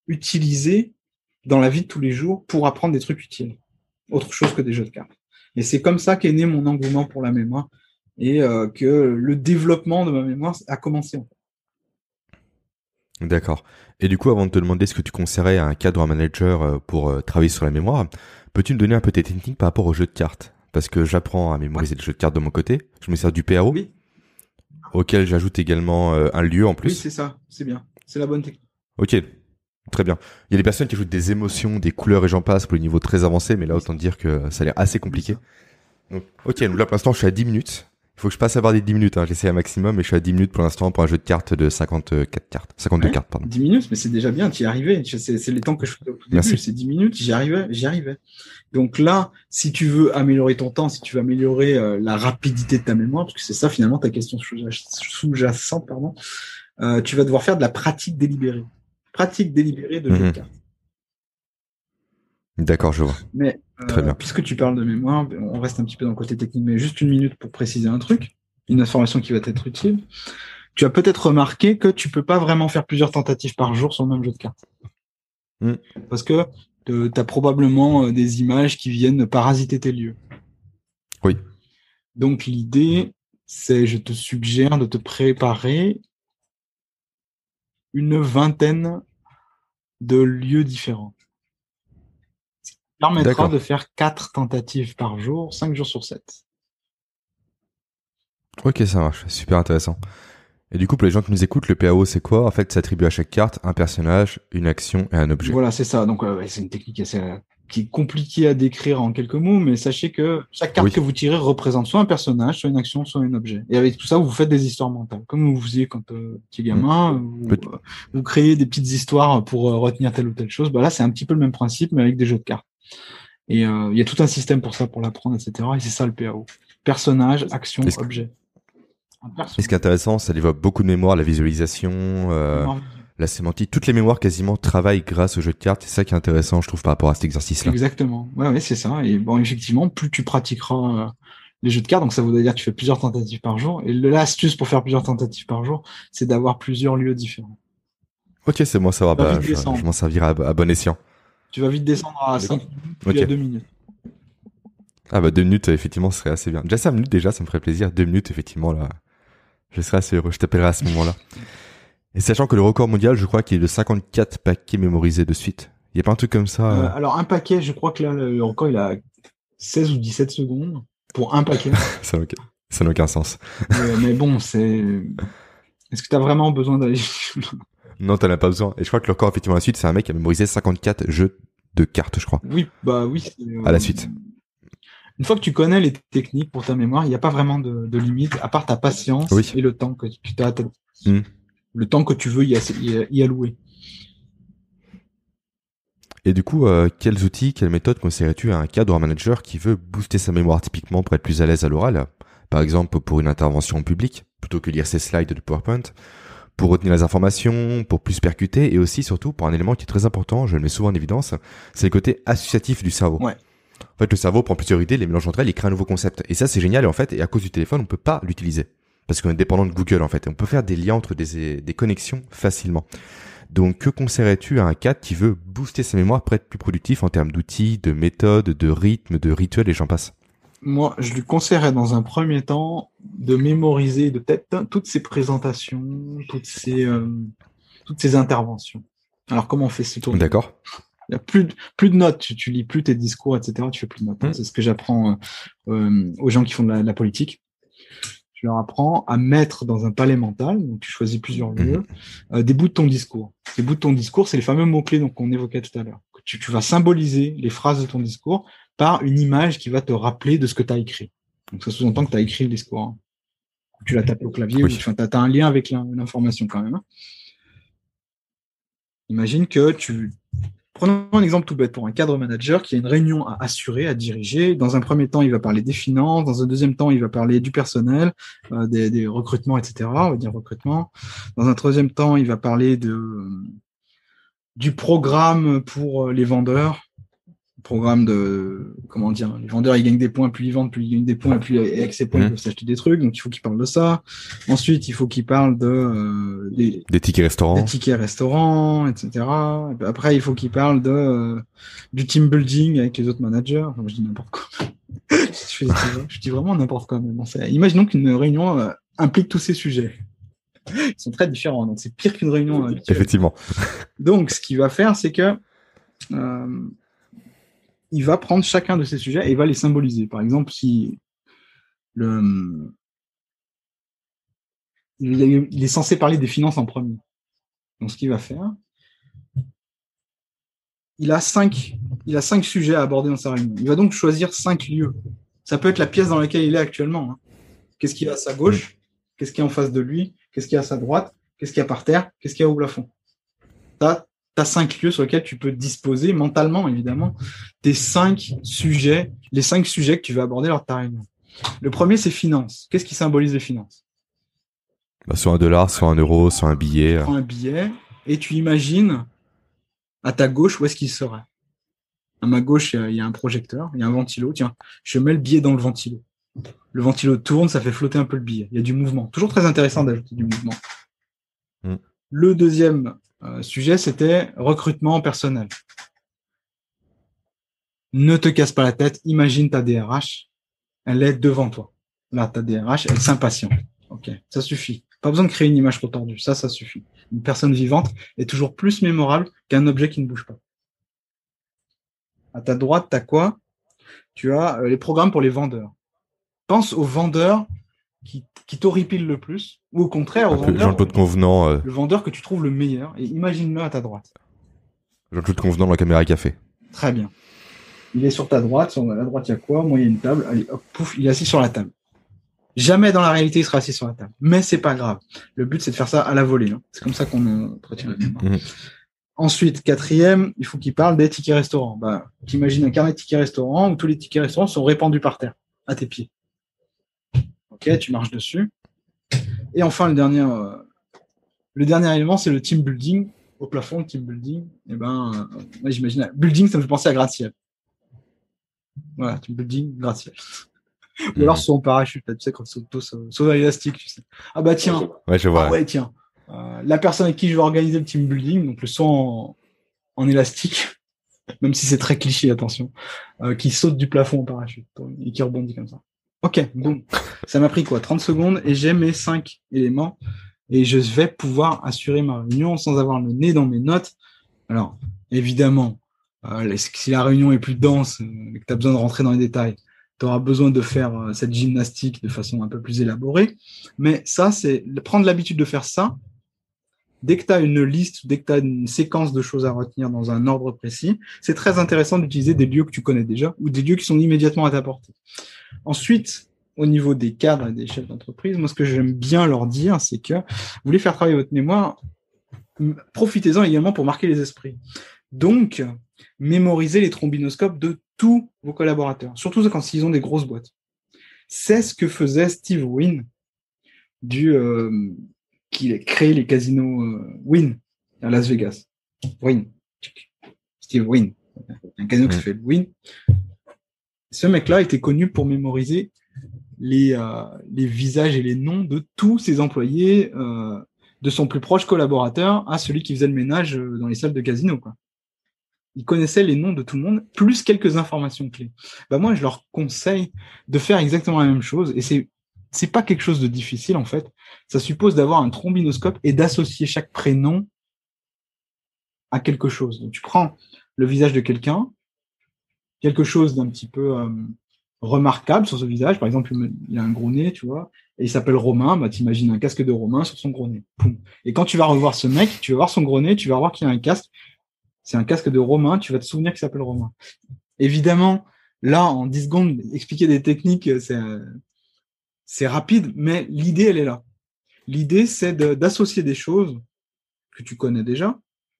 utiliser dans la vie de tous les jours pour apprendre des trucs utiles, autre chose que des jeux de cartes. Et c'est comme ça qu'est né mon engouement pour la mémoire et que le développement de ma mémoire a commencé. En fait. D'accord. Et du coup, avant de te demander ce que tu conseillerais à un cadre ou un manager pour travailler sur la mémoire, peux-tu me donner un peu tes techniques par rapport aux jeux de cartes? Parce que j'apprends à mémoriser les jeux de cartes de mon côté. Je me sers du PAO, Oui, auquel j'ajoute également un lieu en plus. oui, c'est ça, c'est bien, c'est la bonne technique. Ok, très bien. Il y a des personnes qui ajoutent des émotions, des couleurs et j'en passe pour le niveau très avancé, mais là, autant dire que ça a l'air assez compliqué. Donc, ok, donc là, pour l'instant, je suis à 10 minutes. Il faut que je passe à avoir des 10 minutes, hein. J'essaie un maximum, mais je suis à 10 minutes pour l'instant pour un jeu de cartes de 54 cartes. 52 Ouais, cartes, pardon. 10 minutes, mais c'est déjà bien, tu y arrivais. C'est les temps que je faisais au tout début, Merci. c'est 10 minutes, j'y arrivais. Donc là, si tu veux améliorer ton temps, si tu veux améliorer la rapidité de ta mémoire, parce que c'est ça finalement ta question sous-jacente, pardon, tu vas devoir faire de la pratique délibérée. Pratique délibérée de jeu de cartes. D'accord, je vois. Mais Très bien. puisque tu parles de mémoire, on reste un petit peu dans le côté technique, mais juste une minute pour préciser un truc, une information qui va t'être utile. Tu as peut-être remarqué que tu peux pas vraiment faire plusieurs tentatives par jour sur le même jeu de cartes. Parce que tu as probablement des images qui viennent parasiter tes lieux. Oui. Donc l'idée, c'est, je te suggère de te préparer une vingtaine de lieux différents. Ce qui permettra de faire 4 tentatives par jour, 5 jours sur 7. Ok, ça marche. Super intéressant. Et du coup, pour les gens qui nous écoutent, le PAO, c'est quoi? En fait, ça attribue à chaque carte un personnage, une action et un objet. Voilà, c'est ça. Donc, c'est une technique qui est compliquée à décrire en quelques mots, mais sachez que chaque carte que vous tirez représente soit un personnage, soit une action, soit un objet. Et avec tout ça, vous faites des histoires mentales. Comme vous faisiez quand tu étiez gamin, vous créez des petites histoires pour retenir telle ou telle chose. Bah là, c'est un petit peu le même principe, mais avec des jeux de cartes. Et il y a tout un système pour ça, pour l'apprendre, etc. Et c'est ça le PAO. Personnage, action, objet. Et ce qui est intéressant, ça développe beaucoup de mémoire, la visualisation, la sémantique. Toutes les mémoires quasiment travaillent grâce au jeu de cartes. C'est ça qui est intéressant, je trouve, par rapport à cet exercice-là. Exactement. Ouais, c'est ça. Et bon, effectivement, plus tu pratiqueras les jeux de cartes, donc ça voudrait dire que tu fais plusieurs tentatives par jour. Et l'astuce pour faire plusieurs tentatives par jour, c'est d'avoir plusieurs lieux différents. Ok, c'est bon à savoir. Bah, je m'en servirai à bon escient. Tu vas vite descendre à 5 minutes, puis à 2 minutes. Ah bah 2 minutes, effectivement, ce serait assez bien. Déjà 5 minutes, déjà, ça me ferait plaisir. 2 minutes, effectivement, là, je serais assez heureux. Je t'appellerai à ce moment-là. Et sachant que le record mondial, je crois qu'il est de 54 paquets mémorisés de suite. Il y a pas un truc comme ça Alors un paquet, je crois que là, le record, il a 16 ou 17 secondes pour un paquet. Ça n'a aucun sens. Mais bon, est-ce que tu as vraiment besoin d'aller... Non, t'en as pas besoin. Et je crois que le record, effectivement, à la suite, c'est un mec qui a mémorisé 54 jeux de cartes, je crois. Oui, bah oui. À la suite. Une fois que tu connais les techniques pour ta mémoire, il n'y a pas vraiment de limite, à part ta patience et le temps que tu as, le temps que tu veux y allouer. Et du coup, quels outils, quelles méthodes conseillerais-tu à un cadre ou un manager qui veut booster sa mémoire typiquement pour être plus à l'aise à l'oral? Par exemple, pour une intervention en public, plutôt que lire ses slides de PowerPoint, pour retenir les informations, pour plus percuter, et aussi, surtout, pour un élément qui est très important, je le mets souvent en évidence, c'est le côté associatif du cerveau. Ouais. En fait, le cerveau prend plusieurs idées, les mélange entre elles, il crée un nouveau concept. Et ça, c'est génial, et en fait, et à cause du téléphone, on peut pas l'utiliser. Parce qu'on est dépendant de Google, en fait. Et on peut faire des liens entre des connexions facilement. Donc, que conseillerais-tu à un cadre qui veut booster sa mémoire pour être plus productif en termes d'outils, de méthodes, de rythme, de rituels, et j'en passe? Moi, je lui conseillerais dans un premier temps de mémoriser de tête toutes ces présentations, toutes ces interventions. Alors, comment on fait ce tour? D'accord. Il y a plus de notes, tu lis plus tes discours, etc. Tu fais plus de notes. C'est ce que j'apprends aux gens qui font de la politique. Je leur apprends à mettre dans un palais mental, donc tu choisis plusieurs lieux, des bouts de ton discours. Ces bouts de ton discours, c'est les fameux mots-clés qu'on évoquait tout à l'heure. Tu vas symboliser les phrases de ton discours par une image qui va te rappeler de ce que tu as écrit. Donc ça sous-entend que tu as écrit le discours. Hein. Tu l'as tapé au clavier, ou tu as un lien avec l'information quand même. Hein. Imagine que Prenons un exemple tout bête pour un cadre manager qui a une réunion à assurer, à diriger. Dans un premier temps, il va parler des finances. Dans un deuxième temps, il va parler du personnel, des recrutements, etc. On va dire recrutement. Dans un troisième temps, il va parler du programme pour les vendeurs. programme de, comment dire, les vendeurs, ils gagnent des points, plus ils vendent, plus ils gagnent des points, et plus avec ces points, ils peuvent s'acheter des trucs, donc il faut qu'ils parlent de ça. Ensuite, il faut qu'ils parlent des tickets restaurants. Des tickets restaurants, etc. Et puis après, il faut qu'ils parlent du team building avec les autres managers. Enfin, je dis n'importe quoi. je dis vraiment n'importe quoi. Mais bon, imaginons qu'une réunion implique tous ces sujets. Ils sont très différents, donc c'est pire qu'une réunion habituelle. Effectivement. Donc, ce qu'il va faire, c'est que il va prendre chacun de ces sujets et il va les symboliser. Par exemple, si il est censé parler des finances en premier. Donc, ce qu'il va faire, il a 5 sujets à aborder dans sa réunion. Il va donc choisir 5 lieux. Ça peut être la pièce dans laquelle il est actuellement. Qu'est-ce qu'il y a à sa gauche? Qu'est-ce qu'il y a en face de lui? Qu'est-ce qu'il y a à sa droite? Qu'est-ce qu'il y a par terre? Qu'est-ce qu'il y a au plafond? T'as 5 lieux sur lesquels tu peux disposer mentalement, évidemment, tes 5 sujets, les 5 sujets que tu vas aborder lors de ta réunion. Le premier, c'est finances. Qu'est-ce qui symbolise les finances? Soit $1, soit €1, soit un billet. Tu prends un billet et tu imagines à ta gauche où est-ce qu'il serait. À ma gauche, il y a un projecteur, il y a un ventilo. Tiens, je mets le billet dans le ventilo. Le ventilo tourne, ça fait flotter un peu le billet. Il y a du mouvement. Toujours très intéressant d'ajouter du mouvement. Le deuxième sujet, c'était recrutement personnel. Ne te casse pas la tête. Imagine ta DRH. Elle est devant toi. Là, ta DRH, elle s'impatiente. Ok, ça suffit. Pas besoin de créer une image trop tordue. Ça suffit. Une personne vivante est toujours plus mémorable qu'un objet qui ne bouge pas. À ta droite, tu as quoi? Tu as les programmes pour les vendeurs. Pense aux vendeurs qui t'horripilent le plus, ou au contraire, aux vendeurs, Jean-Claude Convenant. Le vendeur que tu trouves le meilleur, et imagine-le à ta droite. Jean-Claude Convenant dans la caméra café. Très bien. Il est sur ta droite, sur la droite, il y a quoi? Moi, il y a une table. Allez, hop, pouf, il est assis sur la table. Jamais dans la réalité, il sera assis sur la table. Mais c'est pas grave. Le but, c'est de faire ça à la volée. C'est comme ça qu'on retient la mémoire. Ensuite, quatrième, il faut qu'il parle des tickets restaurants. T'imagines un carnet de tickets restaurants où tous les tickets restaurants sont répandus par terre, à tes pieds. Ok, tu marches dessus. Et enfin, le dernier élément, c'est le team building. Au plafond, le team building, moi, j'imagine, building, ça me fait penser à gratte-ciel. Voilà, team building, gratte-ciel. Ou alors son parachute, là, tu sais, quand saut à l'élastique, tu sais. Ah bah tiens. Ouais, je vois. Ah ouais, tiens. La personne avec qui je vais organiser le team building, donc le saut en élastique, même si c'est très cliché, attention, qui saute du plafond en parachute et qui rebondit comme ça. Ok, bon. Ça m'a pris 30 secondes et j'ai mes 5 éléments et je vais pouvoir assurer ma réunion sans avoir le nez dans mes notes. Alors, évidemment, si la réunion est plus dense et que tu as besoin de rentrer dans les détails, tu auras besoin de faire cette gymnastique de façon un peu plus élaborée. Mais ça, c'est prendre l'habitude de faire ça. Dès que tu as une liste, dès que tu as une séquence de choses à retenir dans un ordre précis, c'est très intéressant d'utiliser des lieux que tu connais déjà ou des lieux qui sont immédiatement à ta portée. Ensuite, au niveau des cadres et des chefs d'entreprise, moi, ce que j'aime bien leur dire, c'est que vous voulez faire travailler votre mémoire, profitez-en également pour marquer les esprits. Donc, mémorisez les trombinoscopes de tous vos collaborateurs, surtout quand ils ont des grosses boîtes. C'est ce que faisait Steve Wynn, qui a créé les casinos Wynn à Las Vegas. Wynn. Steve Wynn. Un casino qui s'appelle Wynn. Ce mec-là était connu pour mémoriser les visages et les noms de tous ses employés, de son plus proche collaborateur à celui qui faisait le ménage dans les salles de casino, quoi. Il connaissait les noms de tout le monde, plus quelques informations clés. Moi, je leur conseille de faire exactement la même chose, et c'est pas quelque chose de difficile, en fait. Ça suppose d'avoir un trombinoscope et d'associer chaque prénom à quelque chose. Donc, tu prends le visage de quelqu'un, quelque chose d'un petit peu remarquable sur ce visage. Par exemple, il a un gros nez, tu vois, et il s'appelle Romain. T'imagines un casque de Romain sur son gros nez. Poum. Et quand tu vas revoir ce mec, tu vas voir son gros nez, tu vas voir qu'il a un casque. C'est un casque de Romain, tu vas te souvenir qu'il s'appelle Romain. Évidemment, là, en 10 secondes, expliquer des techniques, c'est rapide, mais l'idée, elle est là. L'idée, c'est d'associer des choses que tu connais déjà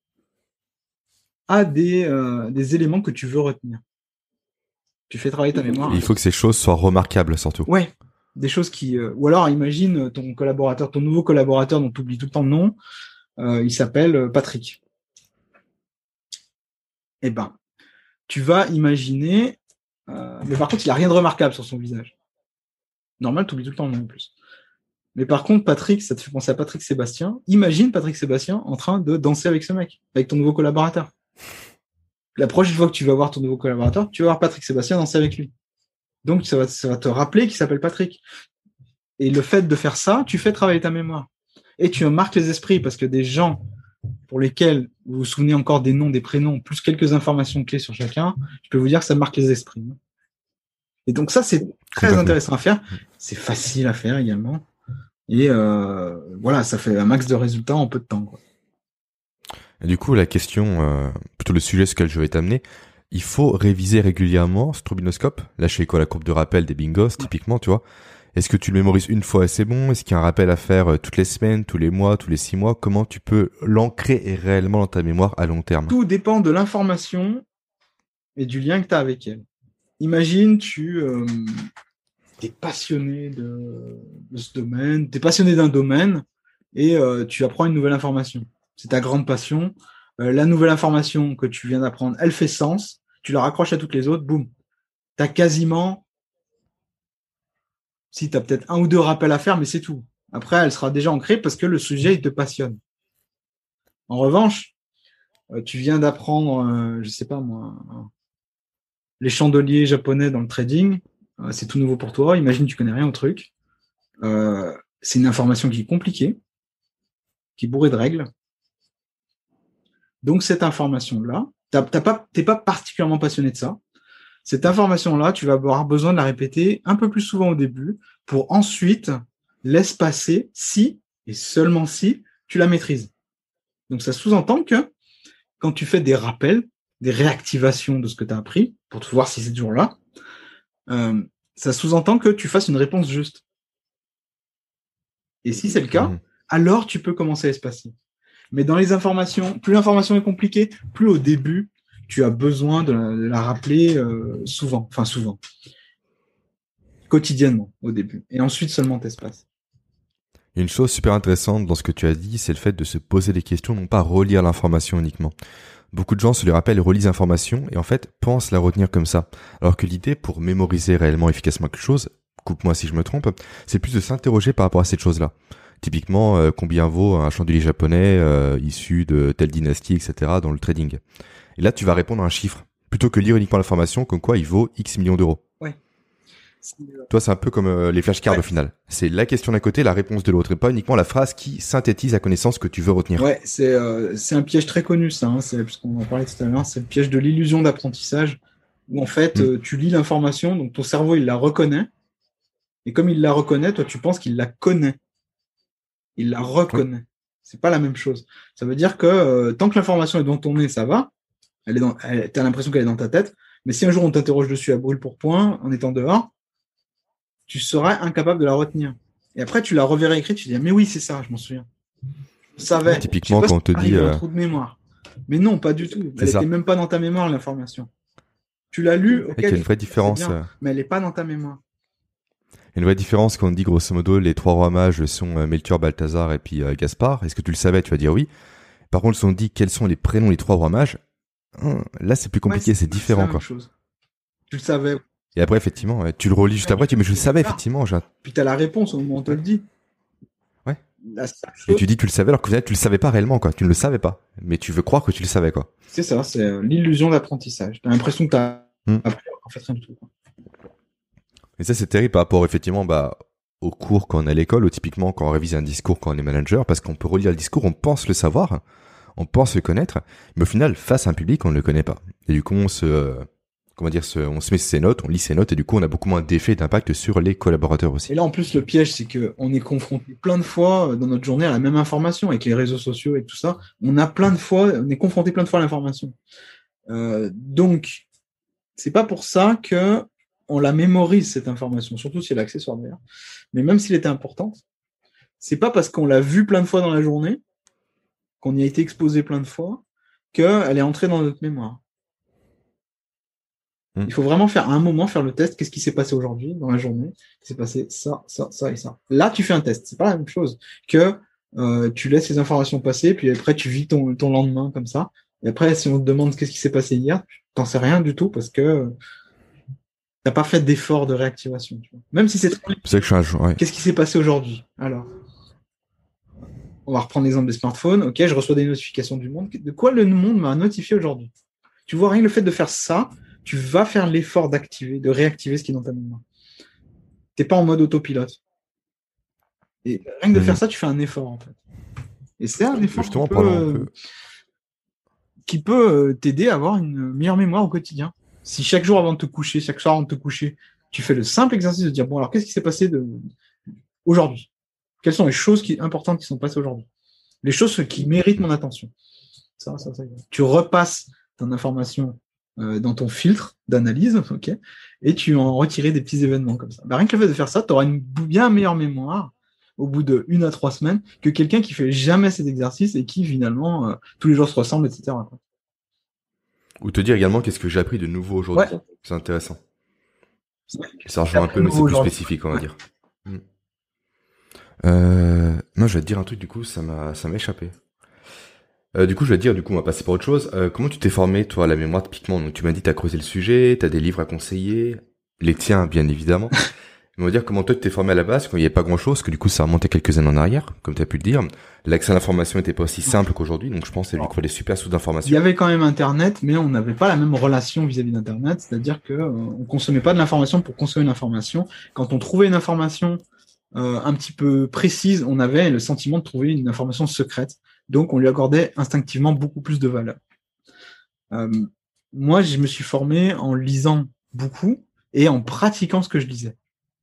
à des éléments que tu veux retenir. Tu fais travailler ta mémoire. Il faut que ces choses soient remarquables, surtout. Ouais, des choses ou alors imagine ton nouveau collaborateur dont tu oublies tout le temps le nom, il s'appelle Patrick. tu vas imaginer, mais par contre, il n'a rien de remarquable sur son visage. Normal, tu oublies tout le temps le nom en plus. Mais par contre, Patrick, ça te fait penser à Patrick Sébastien. Imagine Patrick Sébastien en train de danser avec ce mec, avec ton nouveau collaborateur. La prochaine fois que tu vas voir ton nouveau collaborateur, tu vas voir Patrick Sébastien danser avec lui. Donc, ça va te rappeler qu'il s'appelle Patrick. Et le fait de faire ça, tu fais travailler ta mémoire. Et tu marques les esprits parce que des gens pour lesquels vous vous souvenez encore des noms, des prénoms, plus quelques informations clés sur chacun, je peux vous dire que ça marque les esprits. Et donc ça, c'est très intéressant à faire. C'est facile à faire également. Et voilà, ça fait un max de résultats en peu de temps, quoi. Et du coup, la question, plutôt le sujet sur lequel je vais t'amener, il faut réviser régulièrement ce trombinoscope. Là, je fais quoi, la courbe de rappel des bingos, typiquement, tu vois. Est-ce que tu le mémorises une fois et c'est bon? Est-ce qu'il y a un rappel à faire toutes les semaines, tous les mois, tous les 6 mois? Comment tu peux l'ancrer réellement dans ta mémoire à long terme? Tout dépend de l'information et du lien que tu as avec elle. Imagine, tu es passionné de ce domaine, tu es passionné d'un domaine et tu apprends une nouvelle information. C'est ta grande passion. La nouvelle information que tu viens d'apprendre, elle fait sens. Tu la raccroches à toutes les autres, boum. Tu as quasiment... Si tu as peut-être un ou deux rappels à faire, mais c'est tout. Après, elle sera déjà ancrée parce que le sujet, il te passionne. En revanche, tu viens d'apprendre, je sais pas moi, les chandeliers japonais dans le trading, c'est tout nouveau pour toi. Imagine, tu connais rien au truc. C'est une information qui est compliquée, qui est bourrée de règles. Donc, cette information-là, t'es pas particulièrement passionné de ça. Cette information-là, tu vas avoir besoin de la répéter un peu plus souvent au début pour ensuite l'espacer si, et seulement si, tu la maîtrises. Donc, ça sous-entend que quand tu fais des rappels, des réactivations de ce que tu as appris, pour te voir si c'est toujours là, ça sous-entend que tu fasses une réponse juste. Et si c'est le cas, alors tu peux commencer à espacer. Mais dans les informations, plus l'information est compliquée, plus au début, tu as besoin de la rappeler souvent, quotidiennement au début. Et ensuite seulement t'espaces. Une chose super intéressante dans ce que tu as dit, c'est le fait de se poser des questions, non pas relire l'information uniquement. Beaucoup de gens se le rappellent et relisent l'information et en fait pensent la retenir comme ça. Alors que l'idée pour mémoriser réellement efficacement quelque chose, coupe-moi si je me trompe, c'est plus de s'interroger par rapport à cette chose-là. Typiquement, combien vaut un chandelier japonais issu de telle dynastie, etc. dans le trading. Et là, tu vas répondre à un chiffre, plutôt que lire uniquement l'information comme quoi il vaut X millions d'euros. Ouais. Toi, c'est un peu comme les flashcards au final. C'est la question d'un côté, la réponse de l'autre, et pas uniquement la phrase qui synthétise la connaissance que tu veux retenir. Ouais, c'est un piège très connu, ça. Puisqu'on en parlait tout à l'heure, c'est le piège de l'illusion d'apprentissage, où en fait, tu lis l'information, donc ton cerveau, il la reconnaît, et comme il la reconnaît, toi, tu penses qu'il la connaît. Il la reconnaît. Oui. C'est pas la même chose. Ça veut dire que tant que l'information est dans ton nez, ça va. T'as l'impression qu'elle est dans ta tête. Mais si un jour on t'interroge dessus à brûle pour point, en étant dehors, tu serais incapable de la retenir. Et après, tu la reverrais écrite, tu te dis, mais oui, c'est ça, je m'en souviens. Je savais. Typiquement, quand on te dit... un trou de mémoire. Mais non, pas du tout. Elle n'était même pas dans ta mémoire, l'information. Tu l'as lu, ok. Il y a une vraie différence. Bien, mais elle n'est pas dans ta mémoire. Il y a une vraie différence quand on dit grosso modo les trois rois mages sont Melchior, Balthazar et puis Gaspard. Est-ce que tu le savais? Tu vas dire oui. Par contre, si on dit quels sont les prénoms des trois rois mages, là c'est plus compliqué, c'est différent quoi. Chose. Tu le savais. Et après effectivement, tu le relis juste après, tu dis mais je le savais effectivement. Puis t'as la réponse au moment où on te le dit. Ouais. Et tu dis que tu le savais alors que tu le savais pas réellement quoi. Tu ne le savais pas, mais tu veux croire que tu le savais quoi. C'est ça, c'est l'illusion d'apprentissage. T'as l'impression que t'as appris en fait rien du tout. Quoi. Et ça c'est terrible par rapport effectivement au cours quand on est à l'école ou typiquement quand on révise un discours quand on est manager parce qu'on peut relire le discours, on pense le savoir, on pense le connaître, mais au final face à un public on ne le connaît pas. Et du coup on se met ses notes, on lit ses notes et du coup on a beaucoup moins d'effet et d'impact sur les collaborateurs aussi. Et là en plus le piège c'est que on est confronté plein de fois dans notre journée à la même information avec les réseaux sociaux et tout ça. On est confronté plein de fois à l'information. Donc c'est pas pour ça que on la mémorise cette information, surtout si elle est accessoire d'ailleurs. Mais même s'il était importante, c'est pas parce qu'on l'a vu plein de fois dans la journée, qu'on y a été exposé plein de fois, qu'elle est entrée dans notre mémoire. Il faut vraiment faire le test. Qu'est-ce qui s'est passé aujourd'hui dans la journée? Il s'est passé ça, ça, ça et ça. Là, tu fais un test. C'est pas la même chose que tu laisses les informations passer, puis après tu vis ton lendemain comme ça. Et après, si on te demande qu'est-ce qui s'est passé hier, t'en sais rien du tout parce que t'as pas fait d'effort de réactivation. Tu vois. Même si c'est très C'est ça que je suis un jour, ouais. qu'est-ce qui s'est passé aujourd'hui? Alors, on va reprendre l'exemple des smartphones. Ok, je reçois des notifications du monde. De quoi le monde m'a notifié aujourd'hui? Tu vois, rien que le fait de faire ça, tu vas faire l'effort d'activer, de réactiver ce qui est dans ta mémoire. T'es pas en mode autopilote. Et rien que de faire ça, tu fais un effort en fait. Et c'est un effort Justement, parlons un peu. qui peut t'aider à avoir une meilleure mémoire au quotidien. Si chaque jour avant de te coucher, chaque soir avant de te coucher, tu fais le simple exercice de dire bon alors qu'est-ce qui s'est passé aujourd'hui? Quelles sont les choses importantes qui sont passées aujourd'hui? Les choses qui méritent mon attention. Ça. Tu repasses ton information dans ton filtre d'analyse, ok, et tu en retirer des petits événements comme ça. Bah, rien que le fait de faire ça, tu auras une bien meilleure mémoire au bout de 1 à 3 semaines que quelqu'un qui fait jamais cet exercice et qui finalement tous les jours se ressemble, etc. Quoi. Ou te dire également qu'est-ce que j'ai appris de nouveau aujourd'hui. Ouais. C'est intéressant. Ça rejoint un peu, mais c'est plus spécifique, on va dire. Moi, je vais te dire un truc, du coup, ça m'a échappé. Du coup, je vais te dire, du coup, on va passer par autre chose. Comment tu t'es formé, toi, à la mémoire, typiquement? Donc, tu m'as dit, t'as creusé le sujet, t'as des livres à conseiller, les tiens, bien évidemment. Mais on va dire comment toi, tu t'es formé à la base, quand il n'y avait pas grand-chose, que du coup, ça remontait quelques années en arrière, comme tu as pu le dire. L'accès à l'information n'était pas aussi simple qu'aujourd'hui, donc je pense qu'il fallait super sources d'informations. Il y avait quand même Internet, mais on n'avait pas la même relation vis-à-vis d'Internet, c'est-à-dire que on consommait pas de l'information pour consommer l'information. Quand on trouvait une information un petit peu précise, on avait le sentiment de trouver une information secrète. Donc, on lui accordait instinctivement beaucoup plus de valeur. Moi, je me suis formé en lisant beaucoup et en pratiquant ce que je lisais.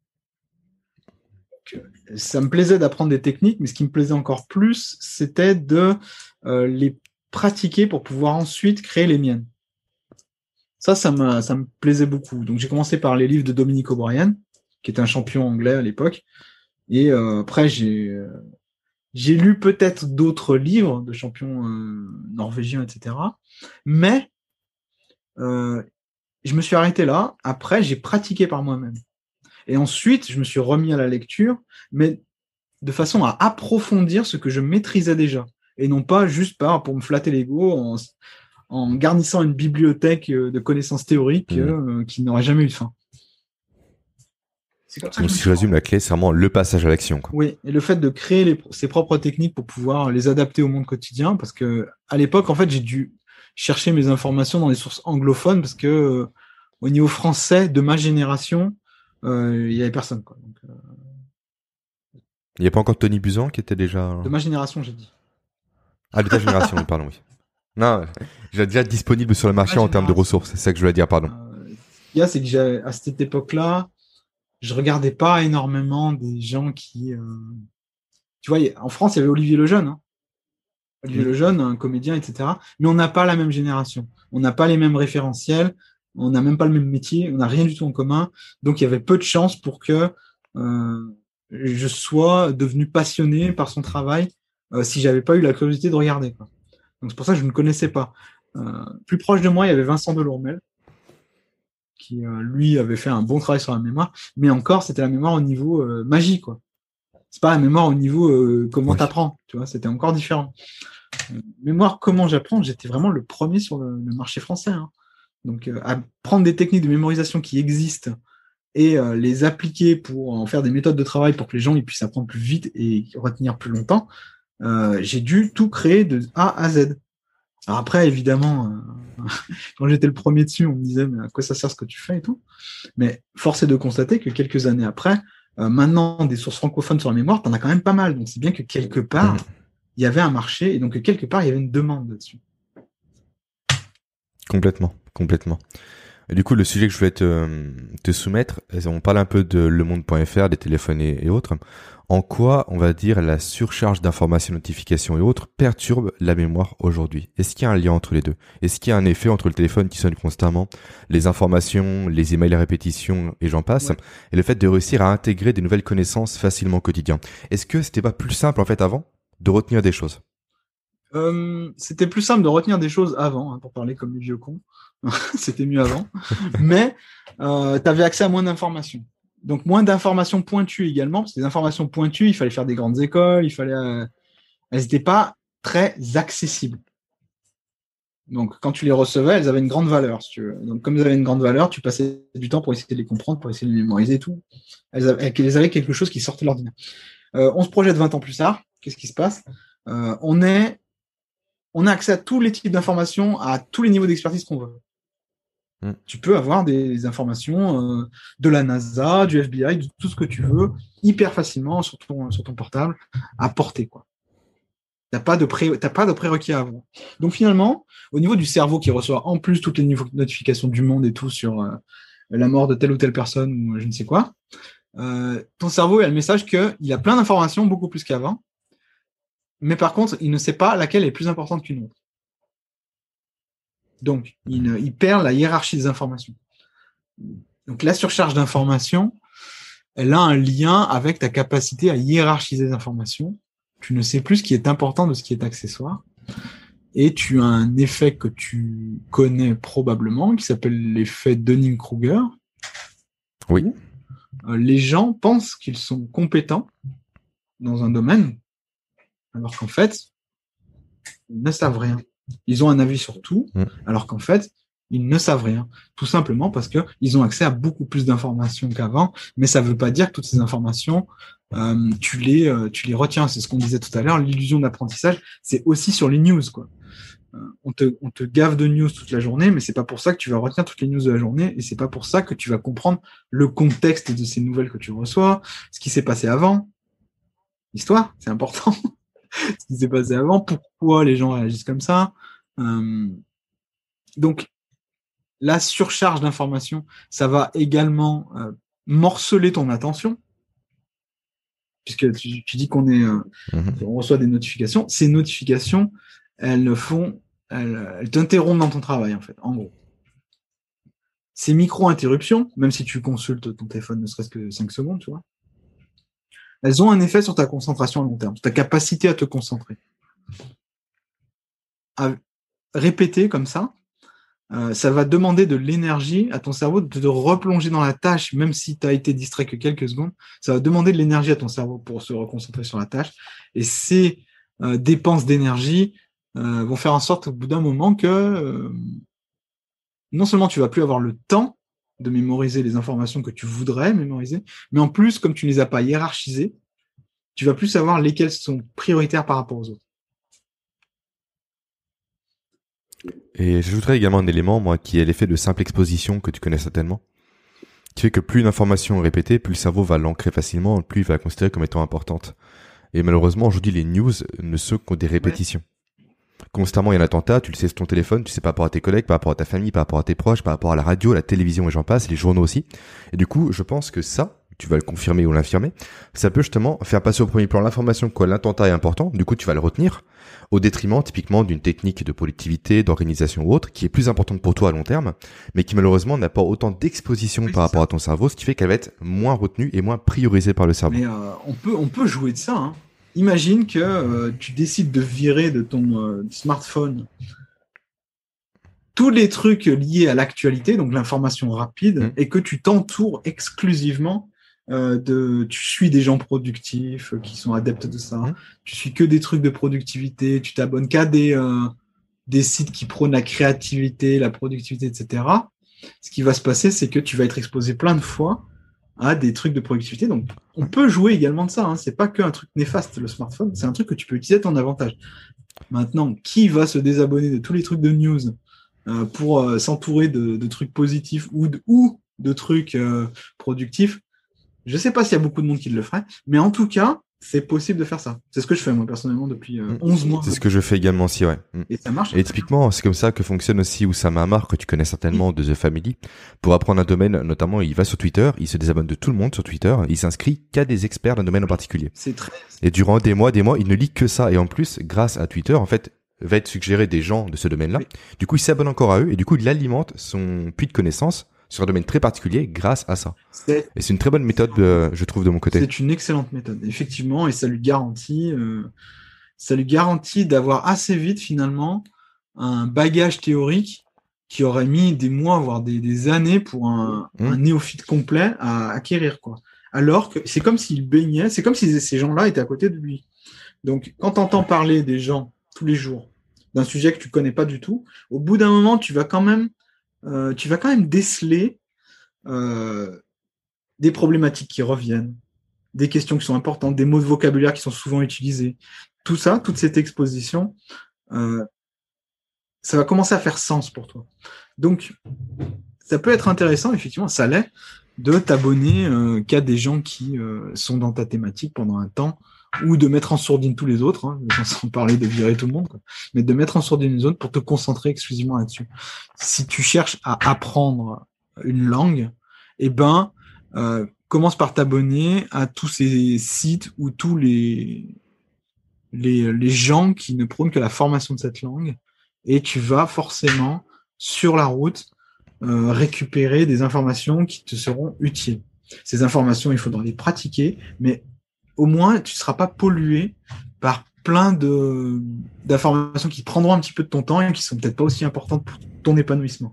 Donc, ça me plaisait d'apprendre des techniques, mais ce qui me plaisait encore plus, c'était de les pratiquer pour pouvoir ensuite créer les miennes. Ça me plaisait beaucoup. Donc, j'ai commencé par les livres de Dominic O'Brien, qui était un champion anglais à l'époque. Et après, j'ai lu peut-être d'autres livres de champions norvégiens, etc. Mais je me suis arrêté là. Après, j'ai pratiqué par moi-même. Et ensuite, je me suis remis à la lecture, mais de façon à approfondir ce que je maîtrisais déjà. Et non pas juste pour me flatter l'ego en garnissant une bibliothèque de connaissances théoriques qui n'aurait jamais eu de fin. Donc, si je résume, la clé, c'est vraiment le passage à l'action. Quoi. Oui, et le fait de créer ses propres techniques pour pouvoir les adapter au monde quotidien, parce que à l'époque, en fait, j'ai dû chercher mes informations dans les sources anglophones, parce que au niveau français, de ma génération, il y avait personne. Quoi. Donc, il n'y a pas encore Tony Buzan qui était déjà... De ma génération, j'ai dit. Ah, de ta génération, oui, pardon, oui. Non, j'ai déjà disponible sur le marché en termes de ressources, c'est ça que je voulais dire, pardon. Ce qu'il y a, c'est que à cette époque-là, je regardais pas énormément des gens qui... Tu vois, en France, il y avait Olivier Lejeune. Hein. Olivier Lejeune, un comédien, etc. Mais on n'a pas la même génération. On n'a pas les mêmes référentiels. On n'a même pas le même métier. On n'a rien du tout en commun. Donc, il y avait peu de chances pour que je sois devenu passionné par son travail si j'avais pas eu la curiosité de regarder. Quoi. Donc, c'est pour ça que je ne connaissais pas. Plus proche de moi, il y avait Vincent Delourmel, qui, lui, avait fait un bon travail sur la mémoire. Mais encore, c'était la mémoire au niveau magie, quoi. C'est pas la mémoire au niveau comment t'apprends, tu vois, c'était encore différent. Mémoire comment j'apprends, j'étais vraiment le premier sur le marché français. Hein. Donc, à prendre des techniques de mémorisation qui existent et les appliquer pour en faire des méthodes de travail pour que les gens ils puissent apprendre plus vite et retenir plus longtemps, j'ai dû tout créer de A à Z. Alors après, évidemment, quand j'étais le premier dessus, on me disait mais à quoi ça sert ce que tu fais et tout. Mais force est de constater que quelques années après, maintenant, des sources francophones sur la mémoire, t'en as quand même pas mal. Donc, c'est bien que quelque part, il y avait un marché et donc que quelque part, il y avait une demande là-dessus. Complètement. Et du coup, le sujet que je voulais te soumettre, on parle un peu de lemonde.fr, des téléphones et autres. En quoi, on va dire, la surcharge d'informations, notifications et autres perturbe la mémoire aujourd'hui? Est-ce qu'il y a un lien entre les deux? Est-ce qu'il y a un effet entre le téléphone qui sonne constamment, les informations, les emails à répétition et j'en passe, et le fait de réussir à intégrer des nouvelles connaissances facilement au quotidien? Est-ce que c'était pas plus simple, en fait, avant, de retenir des choses? C'était plus simple de retenir des choses avant, hein, pour parler comme les vieux cons. C'était mieux avant. Mais tu avais accès à moins d'informations. Donc moins d'informations pointues également, parce que les informations pointues, il fallait faire des grandes écoles, elles n'étaient pas très accessibles. Donc, quand tu les recevais, elles avaient une grande valeur, si tu veux. Donc, comme elles avaient une grande valeur, tu passais du temps pour essayer de les comprendre, pour essayer de les mémoriser et tout. Elles avaient quelque chose qui sortait de l'ordinaire. On se projette 20 ans plus tard. Qu'est-ce qui se passe? On a accès à tous les types d'informations, à tous les niveaux d'expertise qu'on veut. Tu peux avoir des informations de la NASA, du FBI, de tout ce que tu veux, hyper facilement sur ton portable, à portée, quoi. T'as pas de prérequis à avoir. Donc finalement, au niveau du cerveau qui reçoit en plus toutes les notifications du monde et tout sur la mort de telle ou telle personne ou je ne sais quoi, ton cerveau a le message qu'il a plein d'informations, beaucoup plus qu'avant, mais par contre, il ne sait pas laquelle est plus importante qu'une autre. Donc, il perd la hiérarchie des informations. Donc la surcharge d'informations, elle a un lien avec ta capacité à hiérarchiser les informations. Tu ne sais plus ce qui est important de ce qui est accessoire. Et tu as un effet que tu connais probablement, qui s'appelle l'effet Dunning-Kruger. Oui. Les gens pensent qu'ils sont compétents dans un domaine, alors qu'en fait, ils ne savent rien. Ils ont un avis sur tout, alors qu'en fait, ils ne savent rien. Tout simplement parce qu'ils ont accès à beaucoup plus d'informations qu'avant, mais ça ne veut pas dire que toutes ces informations, tu les retiens. C'est ce qu'on disait tout à l'heure, l'illusion d'apprentissage, c'est aussi sur les news, quoi. On te gave de news toute la journée, mais c'est pas pour ça que tu vas retenir toutes les news de la journée, et c'est pas pour ça que tu vas comprendre le contexte de ces nouvelles que tu reçois, ce qui s'est passé avant. L'histoire, c'est important. Ce qui s'est passé avant, pourquoi les gens réagissent comme ça. Donc, la surcharge d'informations, ça va également morceler ton attention, puisque tu dis qu'on reçoit des notifications. Ces notifications, elles t'interrompent dans ton travail, en fait, en gros. Ces micro-interruptions, même si tu consultes ton téléphone ne serait-ce que 5 secondes, tu vois, elles ont un effet sur ta concentration à long terme, sur ta capacité à te concentrer. À répéter comme ça, ça va demander de l'énergie à ton cerveau de te replonger dans la tâche, même si tu as été distrait que quelques secondes. Ça va demander de l'énergie à ton cerveau pour se reconcentrer sur la tâche. Et ces dépenses d'énergie vont faire en sorte au bout d'un moment que non seulement tu vas plus avoir le temps de mémoriser les informations que tu voudrais mémoriser, mais en plus, comme tu ne les as pas hiérarchisées, tu vas plus savoir lesquelles sont prioritaires par rapport aux autres. Et j'ajouterais également un élément, moi, qui est l'effet de simple exposition que tu connais certainement, qui fait que plus une information est répétée, plus le cerveau va l'ancrer facilement, plus il va la considérer comme étant importante. Et malheureusement, aujourd'hui, les news ne sont que des répétitions. Constamment, il y a un attentat, tu le sais sur ton téléphone, tu sais par rapport à tes collègues, par rapport à ta famille, par rapport à tes proches, par rapport à la radio, à la télévision et j'en passe, les journaux aussi. Et du coup, je pense que ça, tu vas le confirmer ou l'infirmer, ça peut justement faire passer au premier plan l'information que l'attentat est important, du coup tu vas le retenir, au détriment typiquement d'une technique de productivité, d'organisation ou autre, qui est plus importante pour toi à long terme, mais qui malheureusement n'a pas autant d'exposition par rapport à ton cerveau, ce qui fait qu'elle va être moins retenue et moins priorisée par le cerveau. Mais on peut jouer de ça, hein. Imagine que tu décides de virer de ton smartphone tous les trucs liés à l'actualité, donc l'information rapide, et que tu t'entoures exclusivement tu suis des gens productifs qui sont adeptes de ça, tu suis que des trucs de productivité, tu t'abonnes qu'à des sites qui prônent la créativité, la productivité, etc. Ce qui va se passer, c'est que tu vas être exposé plein de fois à des trucs de productivité. Donc, on peut jouer également de ça, hein. C'est pas qu'un truc néfaste, le smartphone, c'est un truc que tu peux utiliser à ton avantage. Maintenant, qui va se désabonner de tous les trucs de news pour s'entourer de trucs positifs ou de trucs productifs? Je sais pas s'il y a beaucoup de monde qui le ferait, mais en tout cas, c'est possible de faire ça. C'est ce que je fais, moi, personnellement, depuis 11 mois. C'est ce que je fais également aussi, ouais. Et ça marche. Et typiquement, c'est comme ça que fonctionne aussi Oussama Ammar, que tu connais certainement de The Family. Pour apprendre un domaine, notamment, il va sur Twitter, il se désabonne de tout le monde sur Twitter, il s'inscrit qu'à des experts d'un domaine en particulier. Et durant des mois, il ne lit que ça. Et en plus, grâce à Twitter, en fait, va être suggéré des gens de ce domaine-là. Oui. Du coup, il s'abonne encore à eux, et du coup, il alimente son puits de connaissances sur un domaine très particulier grâce à ça. Et c'est une très bonne méthode, je trouve, de mon côté. C'est une excellente méthode, effectivement, et ça lui garantit d'avoir assez vite, finalement, un bagage théorique qui aurait mis des mois, voire des années pour un néophyte complet à acquérir, quoi. Alors que c'est comme s'il baignait, c'est comme si ces gens-là étaient à côté de lui. Donc, quand tu entends parler des gens tous les jours, d'un sujet que tu connais pas du tout, au bout d'un moment, tu vas quand même déceler des problématiques qui reviennent, des questions qui sont importantes, des mots de vocabulaire qui sont souvent utilisés. Tout ça, toute cette exposition, ça va commencer à faire sens pour toi. Donc, ça peut être intéressant, effectivement, ça l'est, de t'abonner qu'à des gens qui sont dans ta thématique pendant un temps, ou de mettre en sourdine tous les autres, hein, sans parler de virer tout le monde, quoi, mais de mettre en sourdine les autres pour te concentrer exclusivement là-dessus. Si tu cherches à apprendre une langue, eh ben, commence par t'abonner à tous ces sites ou tous les gens qui ne prônent que la formation de cette langue, et tu vas forcément, sur la route, récupérer des informations qui te seront utiles. Ces informations, il faudra les pratiquer, mais au moins, tu ne seras pas pollué par plein d'informations qui prendront un petit peu de ton temps et qui sont peut-être pas aussi importantes pour ton épanouissement.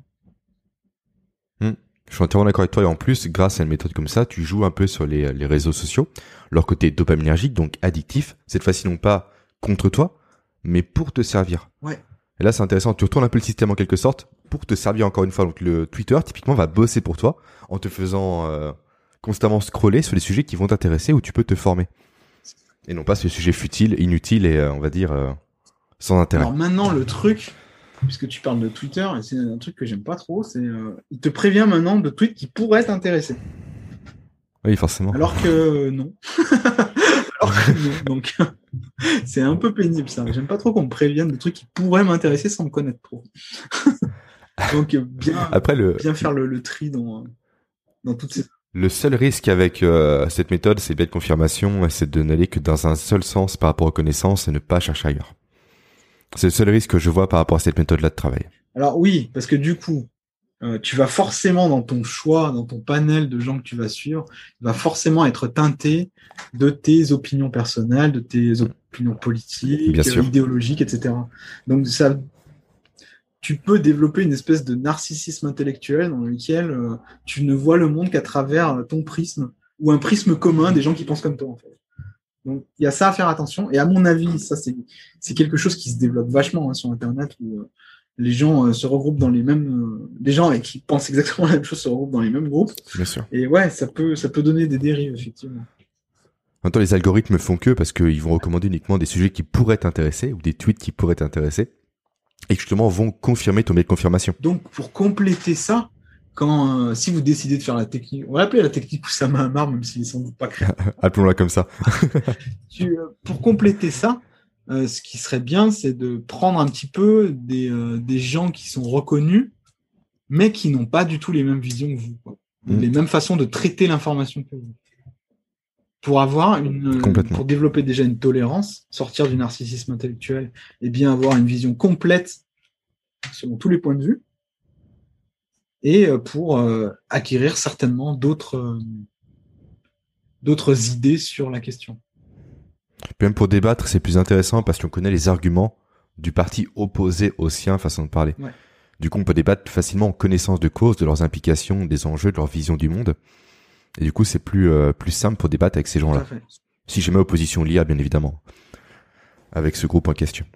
Je suis entièrement d'accord avec toi, et en plus, grâce à une méthode comme ça, tu joues un peu sur les réseaux sociaux, leur côté dopaminergique, donc addictif, cette fois-ci non pas contre toi, mais pour te servir. Ouais. Et là, c'est intéressant, tu retournes un peu le système en quelque sorte, pour te servir encore une fois. Donc le Twitter, typiquement, va bosser pour toi, en te faisant constamment scroller sur les sujets qui vont t'intéresser, où tu peux te former. Et non pas sur les sujets futiles, inutiles et, on va dire, sans intérêt. Alors maintenant, le truc, puisque tu parles de Twitter, et c'est un truc que j'aime pas trop, c'est il te prévient maintenant de tweets qui pourraient t'intéresser. Oui, forcément. Alors que non. Alors que non. Donc, c'est un peu pénible, ça. J'aime pas trop qu'on me prévienne de trucs qui pourraient m'intéresser sans me connaître trop. Donc, bien faire le tri dans toutes ces... Le seul risque avec cette méthode, c'est biais de confirmation, c'est de n'aller que dans un seul sens par rapport aux connaissances et ne pas chercher ailleurs. C'est le seul risque que je vois par rapport à cette méthode-là de travail. Alors oui, parce que du coup, tu vas forcément dans ton choix, dans ton panel de gens que tu vas suivre, va forcément être teinté de tes opinions personnelles, de tes opinions politiques, idéologiques, etc. Donc ça, tu peux développer une espèce de narcissisme intellectuel dans lequel tu ne vois le monde qu'à travers ton prisme ou un prisme commun des gens qui pensent comme toi, en fait. Donc, il y a ça à faire attention. Et à mon avis, ça, c'est quelque chose qui se développe vachement sur Internet, où les gens se regroupent dans les mêmes... les gens qui pensent exactement la même chose se regroupent dans les mêmes groupes. Bien sûr. Et ouais, ça peut donner des dérives, effectivement. En même temps, les algorithmes font que parce qu'ils vont recommander uniquement des sujets qui pourraient t'intéresser ou des tweets qui pourraient t'intéresser et justement vont confirmer ton biais de confirmation. Donc, pour compléter ça, si vous décidez de faire la technique, on va l'appeler la technique Oussama Hamar, même s'il est sans doute pas créatif. Appelons-la comme ça. Pour compléter ça, ce qui serait bien, c'est de prendre un petit peu des gens qui sont reconnus, mais qui n'ont pas du tout les mêmes visions que vous, quoi. Les mêmes façons de traiter l'information que vous. Pour développer déjà une tolérance, sortir du narcissisme intellectuel et bien avoir une vision complète selon tous les points de vue, et pour acquérir certainement d'autres idées sur la question. Puis même pour débattre, c'est plus intéressant parce qu'on connaît les arguments du parti opposé au sien, façon de parler. Ouais. Du coup, on peut débattre facilement en connaissance de cause, de leurs implications, des enjeux, de leur vision du monde. Et du coup, c'est plus simple pour débattre avec ces gens-là. Si jamais opposition l'IA, bien évidemment, avec ce groupe en question.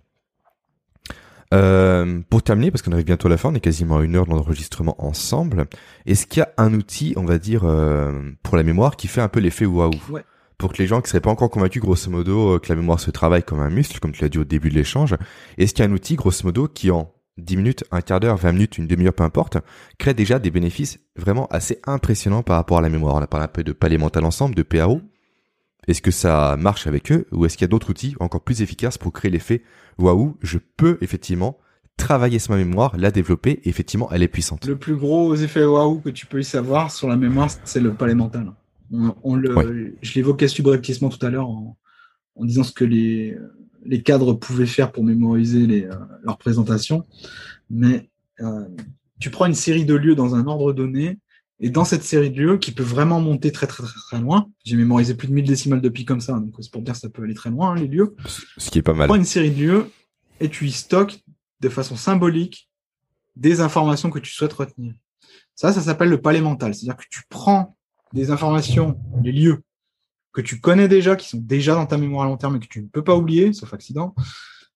Pour terminer, parce qu'on arrive bientôt à la fin, on est quasiment à 1 heure d'enregistrement ensemble. Est-ce qu'il y a un outil, on va dire, pour la mémoire qui fait un peu l'effet waouh? Ouais. Pour que les gens qui seraient pas encore convaincus, grosso modo, que la mémoire se travaille comme un muscle, comme tu l'as dit au début de l'échange, est-ce qu'il y a un outil, grosso modo, qui en 10 minutes, un quart d'heure, 20 minutes, une demi-heure, peu importe, crée déjà des bénéfices vraiment assez impressionnants par rapport à la mémoire? On a parlé un peu de palais mental ensemble, de PAO. Est-ce que ça marche avec eux ou est-ce qu'il y a d'autres outils encore plus efficaces pour créer l'effet waouh, je peux effectivement travailler sur ma mémoire, la développer et effectivement elle est puissante? Le plus gros effet waouh que tu peux y savoir sur la mémoire, c'est le palais mental. Je l'évoquais subrepticement tout à l'heure en disant ce que les cadres pouvaient faire pour mémoriser leurs présentations, mais tu prends une série de lieux dans un ordre donné, et dans cette série de lieux, qui peut vraiment monter très très très très loin, j'ai mémorisé plus de 1000 décimales de pi comme ça, donc c'est pour dire que ça peut aller très loin, les lieux. Ce qui est pas mal. Tu prends une série de lieux, et tu y stockes de façon symbolique des informations que tu souhaites retenir. Ça s'appelle le palais mental, c'est-à-dire que tu prends des informations, des lieux que tu connais déjà, qui sont déjà dans ta mémoire à long terme et que tu ne peux pas oublier, sauf accident,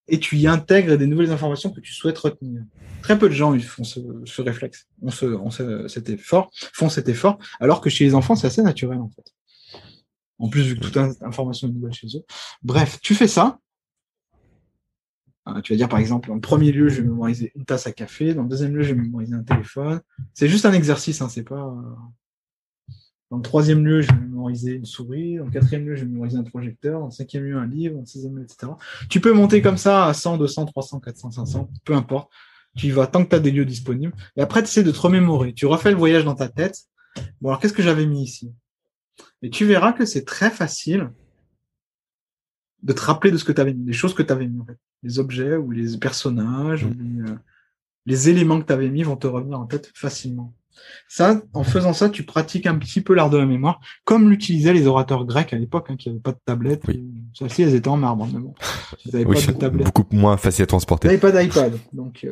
et tu y intègres des nouvelles informations que tu souhaites retenir. Très peu de gens ils font ce réflexe, font cet effort, alors que chez les enfants, c'est assez naturel en fait. En plus, vu que toute information est nouvelle chez eux. Bref, tu fais ça. Tu vas dire, par exemple, en premier lieu, je vais mémoriser une tasse à café. Dans le deuxième lieu, je vais mémoriser un téléphone. C'est juste un exercice, hein, c'est pas... Dans le troisième lieu, je vais mémoriser une souris. Dans le quatrième lieu, je vais mémoriser un projecteur. Dans le cinquième lieu, un livre. Dans le sixième lieu, etc. Tu peux monter comme ça à 100, 200, 300, 400, 500, peu importe. Tu y vas tant que tu as des lieux disponibles. Et après, tu essaies de te remémorer. Tu refais le voyage dans ta tête. Bon, alors, qu'est-ce que j'avais mis ici? Et tu verras que c'est très facile de te rappeler de ce que tu avais mis, des choses que tu avais mis, en fait. Les objets ou les personnages, ou les éléments que tu avais mis vont te revenir en tête facilement. Ça, en faisant ça, tu pratiques un petit peu l'art de la mémoire, comme l'utilisaient les orateurs grecs à l'époque, qui n'avaient pas de tablette. Oui. Celles-ci, elles étaient en marbre, mais bon. Ils n'avaient pas de tablette. Beaucoup moins facile à transporter. Ils n'avaient pas d'iPad, donc...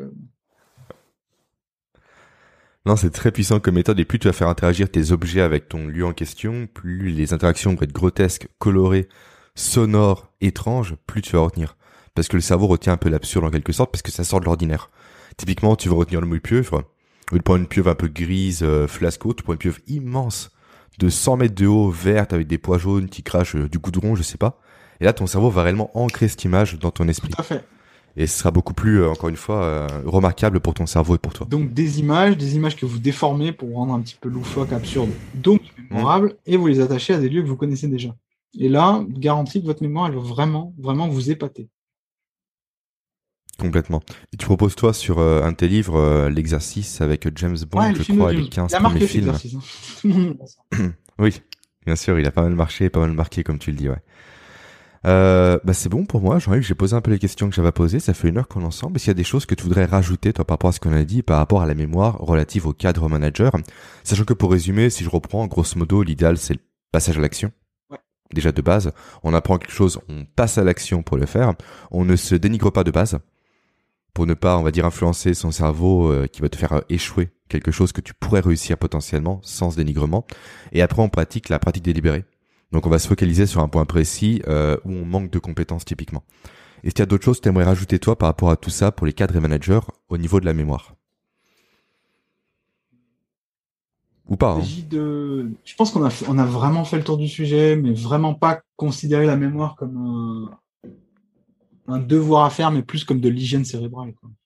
Non, c'est très puissant comme méthode, et plus tu vas faire interagir tes objets avec ton lieu en question, plus les interactions vont être grotesques, colorées, sonores, étranges, plus tu vas retenir. Parce que le cerveau retient un peu l'absurde en quelque sorte, parce que ça sort de l'ordinaire. Typiquement, tu vas retenir le mot pieuvre. Au lieu de prendre une pieuvre un peu grise, flasco, tu prends une pieuvre immense, de 100 mètres de haut, verte, avec des pois jaunes qui crachent du goudron, je sais pas. Et là, ton cerveau va réellement ancrer cette image dans ton esprit. Tout à fait. Et ce sera beaucoup plus, encore une fois, remarquable pour ton cerveau et pour toi. Donc des images que vous déformez pour rendre un petit peu loufoque, absurde, donc mémorables, et vous les attachez à des lieux que vous connaissez déjà. Et là, garantie que votre mémoire, elle va vraiment, vraiment vous épater. Complètement. Et tu proposes, toi, sur un de tes livres, l'exercice avec James Bond, je crois, les 15 premiers films. Hein. Oui, bien sûr, il a pas mal marché, pas mal marqué, comme tu le dis, ouais. C'est bon pour moi, Jean-Yves, j'ai posé un peu les questions que j'avais à poser, ça fait 1 heure qu'on est ensemble. Est-ce qu'il y a des choses que tu voudrais rajouter, toi, par rapport à ce qu'on a dit, par rapport à la mémoire relative au cadre manager? Sachant que pour résumer, si je reprends, grosso modo, l'idéal, c'est le passage à l'action. Ouais. Déjà de base, on apprend quelque chose, on passe à l'action pour le faire, on ne se dénigre pas de base, pour ne pas, on va dire, influencer son cerveau qui va te faire échouer quelque chose que tu pourrais réussir potentiellement sans ce dénigrement. Et après, on pratique la pratique délibérée. Donc on va se focaliser sur un point précis où on manque de compétences typiquement. Est-ce qu'il y a d'autres choses que tu aimerais rajouter toi par rapport à tout ça pour les cadres et managers au niveau de la mémoire? Ou pas, hein? Je pense qu'on a vraiment fait le tour du sujet, mais vraiment pas considérer la mémoire comme un devoir à faire, mais plus comme de l'hygiène cérébrale, quoi.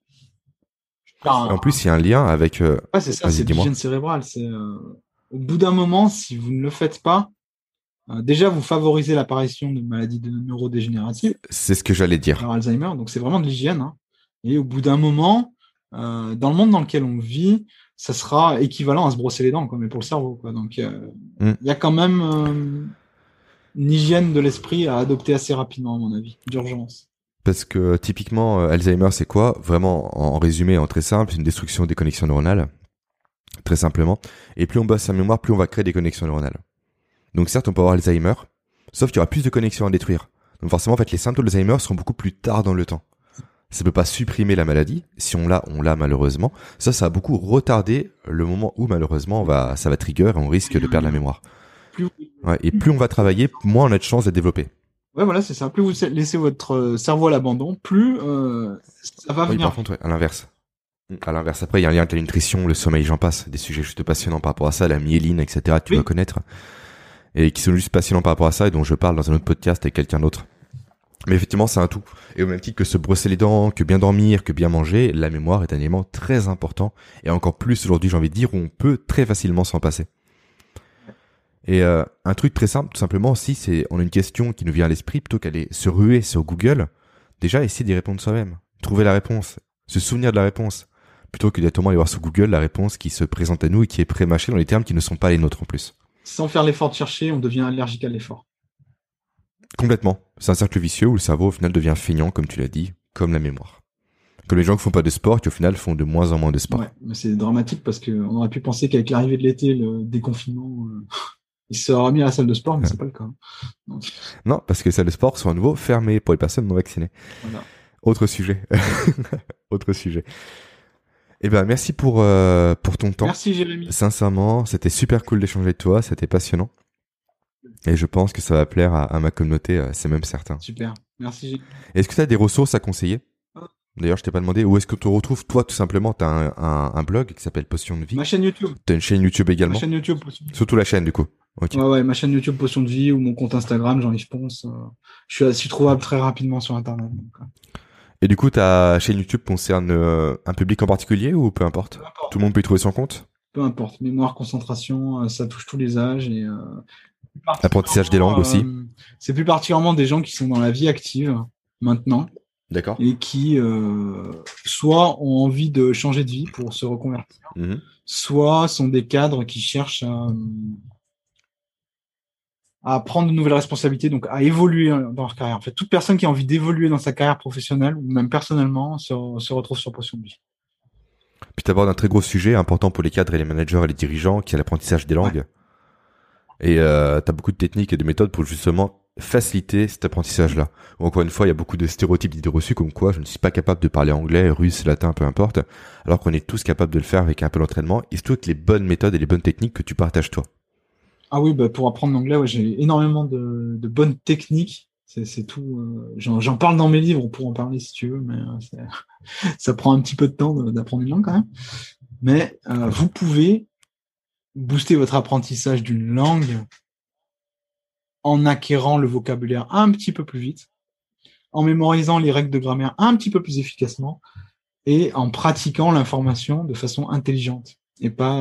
En plus, il y a un lien avec... Ouais, c'est ça, c'est de l'hygiène cérébrale. Au bout d'un moment, si vous ne le faites pas, déjà, vous favorisez l'apparition de maladies neurodégénératives. C'est ce que j'allais dire. Alors, Alzheimer, donc c'est vraiment de l'hygiène. Hein. Et au bout d'un moment, dans le monde dans lequel on vit, ça sera équivalent à se brosser les dents, quoi, mais pour le cerveau. Quoi. Donc, il y a quand même une hygiène de l'esprit à adopter assez rapidement, à mon avis, d'urgence. Parce que typiquement, Alzheimer, c'est quoi? Vraiment, en résumé, en très simple, c'est une destruction des connexions neuronales. Très simplement. Et plus on bosse sa mémoire, plus on va créer des connexions neuronales. Donc certes, on peut avoir Alzheimer, sauf qu'il y aura plus de connexions à détruire. Donc forcément, en fait, les symptômes d'Alzheimer seront beaucoup plus tard dans le temps. Ça peut pas supprimer la maladie. Si on l'a malheureusement. Ça va beaucoup retarder le moment où malheureusement ça va trigger et on risque de perdre la mémoire. Ouais, et plus on va travailler, moins on a de chances d'être développé. Ouais, voilà, c'est ça. Plus vous laissez votre cerveau à l'abandon, plus ça va venir. Par contre, ouais, à l'inverse. Après, il y a un lien avec la nutrition, le sommeil, j'en passe. Des sujets juste passionnants par rapport à ça, la myéline, etc. Tu dois connaître. Et qui sont juste passionnants par rapport à ça et dont je parle dans un autre podcast avec quelqu'un d'autre. Mais effectivement, c'est un tout. Et au même titre que se brosser les dents, que bien dormir, que bien manger, la mémoire est un élément très important. Et encore plus aujourd'hui, j'ai envie de dire, où on peut très facilement s'en passer. Et un truc très simple, tout simplement aussi, c'est on a une question qui nous vient à l'esprit, plutôt qu'aller se ruer sur Google, déjà essayer d'y répondre soi-même. Trouver la réponse, se souvenir de la réponse, plutôt que directement aller voir sur Google la réponse qui se présente à nous et qui est pré-mâchée dans les termes qui ne sont pas les nôtres en plus. Sans faire l'effort de chercher, on devient allergique à l'effort. Complètement. C'est un cercle vicieux où le cerveau au final devient feignant, comme tu l'as dit, comme la mémoire. Comme les gens qui font pas de sport, qui au final font de moins en moins de sport. Ouais, mais c'est dramatique parce qu'on aurait pu penser qu'avec l'arrivée de l'été, le déconfinement, il se sera mis à la salle de sport, mais c'est pas le cas. Donc... Non, parce que les salles de sport sont à nouveau fermées pour les personnes non vaccinées. Voilà. Autre sujet. Autre sujet. Eh ben, merci pour ton temps. Merci, Jérémy. Sincèrement, c'était super cool d'échanger avec toi, c'était passionnant. Et je pense que ça va plaire à ma communauté, c'est même certain. Super. Merci. Est-ce que tu as des ressources à conseiller? Ah, D'ailleurs, je t'ai pas demandé où est-ce que tu te retrouves. Toi, tout simplement, tu as un blog qui s'appelle Potion de Vie. ma chaîne YouTube. Tu as une chaîne YouTube Ma également. chaîne YouTube. Potion de Vie. Surtout la chaîne, du coup. Ok. Ouais, ouais, ma chaîne YouTube Potion de Vie ou mon compte Instagram, Jean-Yves Ponce. Je suis trouvable très rapidement sur Internet. Donc, Et du coup, ta chaîne YouTube concerne un public en particulier ou peu importe? peu importe. Tout le monde peut y trouver son compte? Peu importe. Mémoire, concentration, ça touche tous les âges et plus Apprentissage des langues particulièrement, aussi. c'est plus particulièrement des gens qui sont dans la vie active maintenant D'accord. et qui soit ont envie de changer de vie pour se reconvertir, Mhm. soit sont des cadres qui cherchent à prendre de nouvelles responsabilités, donc à évoluer dans leur carrière. En fait, toute personne qui a envie d'évoluer dans sa carrière professionnelle ou même personnellement se retrouve sur Potion de Vie. Puis tu abordes un très gros sujet important pour les cadres et les managers et les dirigeants qui est l'apprentissage des Ouais. langues. Et tu as beaucoup de techniques et de méthodes pour justement faciliter cet apprentissage-là. Encore une fois, il y a beaucoup de stéréotypes d'idées reçues comme quoi je ne suis pas capable de parler anglais, russe, latin, peu importe, alors qu'on est tous capables de le faire avec un peu d'entraînement, et surtout avec les bonnes méthodes et les bonnes techniques que tu partages toi. Ah oui, bah pour apprendre l'anglais, ouais, j'ai énormément de bonnes techniques. C'est tout. J'en parle dans mes livres, on pourra en parler si tu veux, mais ça prend un petit peu de temps d'apprendre une langue quand même. Mais vous pouvez booster votre apprentissage d'une langue en acquérant le vocabulaire un petit peu plus vite, en mémorisant les règles de grammaire un petit peu plus efficacement et en pratiquant l'information de façon intelligente et pas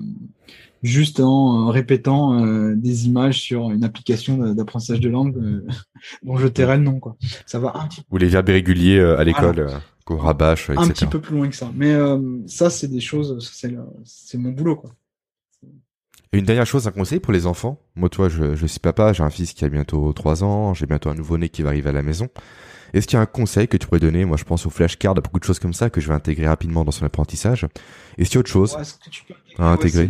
juste en répétant des images sur une application d'apprentissage de langue dont je Mm. tairai le nom, quoi. Ça va un petit Ou les verbes irréguliers à l'école, voilà, qu'on rabâche, un petit etc. peu plus loin que ça. Mais ça, c'est des choses, c'est mon boulot, quoi. Et une dernière chose, un conseil pour les enfants. Moi, toi, je suis papa, j'ai un fils qui a bientôt 3 ans, j'ai bientôt un nouveau-né qui va arriver à la maison. Est-ce qu'il y a un conseil que tu pourrais donner? Moi, je pense aux flashcards, à beaucoup de choses comme ça que je vais intégrer rapidement dans son apprentissage. Est-ce qu'il y a autre chose Ouais, ce que tu peux à intégrer, ouais, c'est intégrer?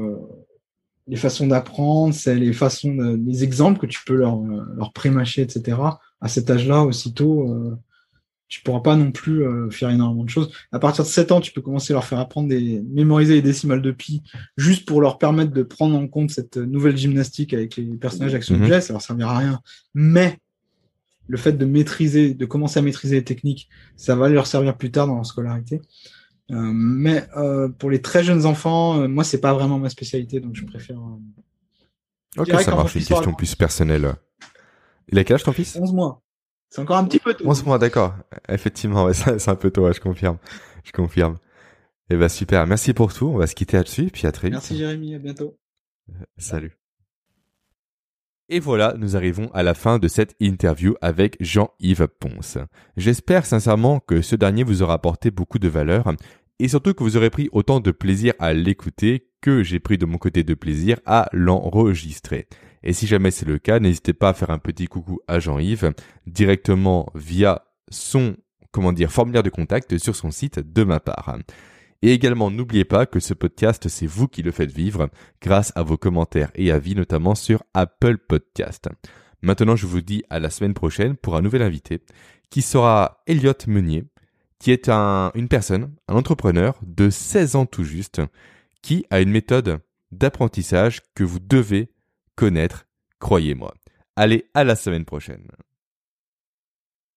les façons d'apprendre, c'est les façons, les exemples que tu peux leur prémâcher, etc. À cet âge-là, aussitôt, tu pourras pas non plus faire énormément de choses. À partir de 7 ans, tu peux commencer à leur faire apprendre mémoriser les décimales de pi, juste pour leur permettre de prendre en compte cette nouvelle gymnastique avec les personnages action-objet. Ça leur servira à rien. Mais le fait de commencer à maîtriser les techniques, ça va leur servir plus tard dans leur scolarité. Mais pour les très jeunes enfants, moi, c'est pas vraiment ma spécialité, donc je préfère. Je Ok, dirais ça quand mon marche, une fils aura question plus personnelle. Il a quel âge ton fils? 11 mois. C'est encore un petit peu tôt. 11 mois, d'accord. Effectivement, ouais, c'est un peu tôt, ouais, je confirme. Je confirme. Eh ben, super. Merci pour tout. On va se quitter là-dessus, puis à très vite. Merci Jérémy, à bientôt. Salut. Et voilà, nous arrivons à la fin de cette interview avec Jean-Yves Ponce. J'espère sincèrement que ce dernier vous aura apporté beaucoup de valeur et surtout que vous aurez pris autant de plaisir à l'écouter que j'ai pris de mon côté de plaisir à l'enregistrer. Et si jamais c'est le cas, n'hésitez pas à faire un petit coucou à Jean-Yves directement via son, formulaire de contact sur son site de ma part. Et également, n'oubliez pas que ce podcast, c'est vous qui le faites vivre grâce à vos commentaires et avis, notamment sur Apple Podcast. Maintenant, je vous dis à la semaine prochaine pour un nouvel invité qui sera Elliot Meunier, qui est une personne, un entrepreneur de 16 ans tout juste, qui a une méthode d'apprentissage que vous devez connaître, croyez-moi. Allez, à la semaine prochaine.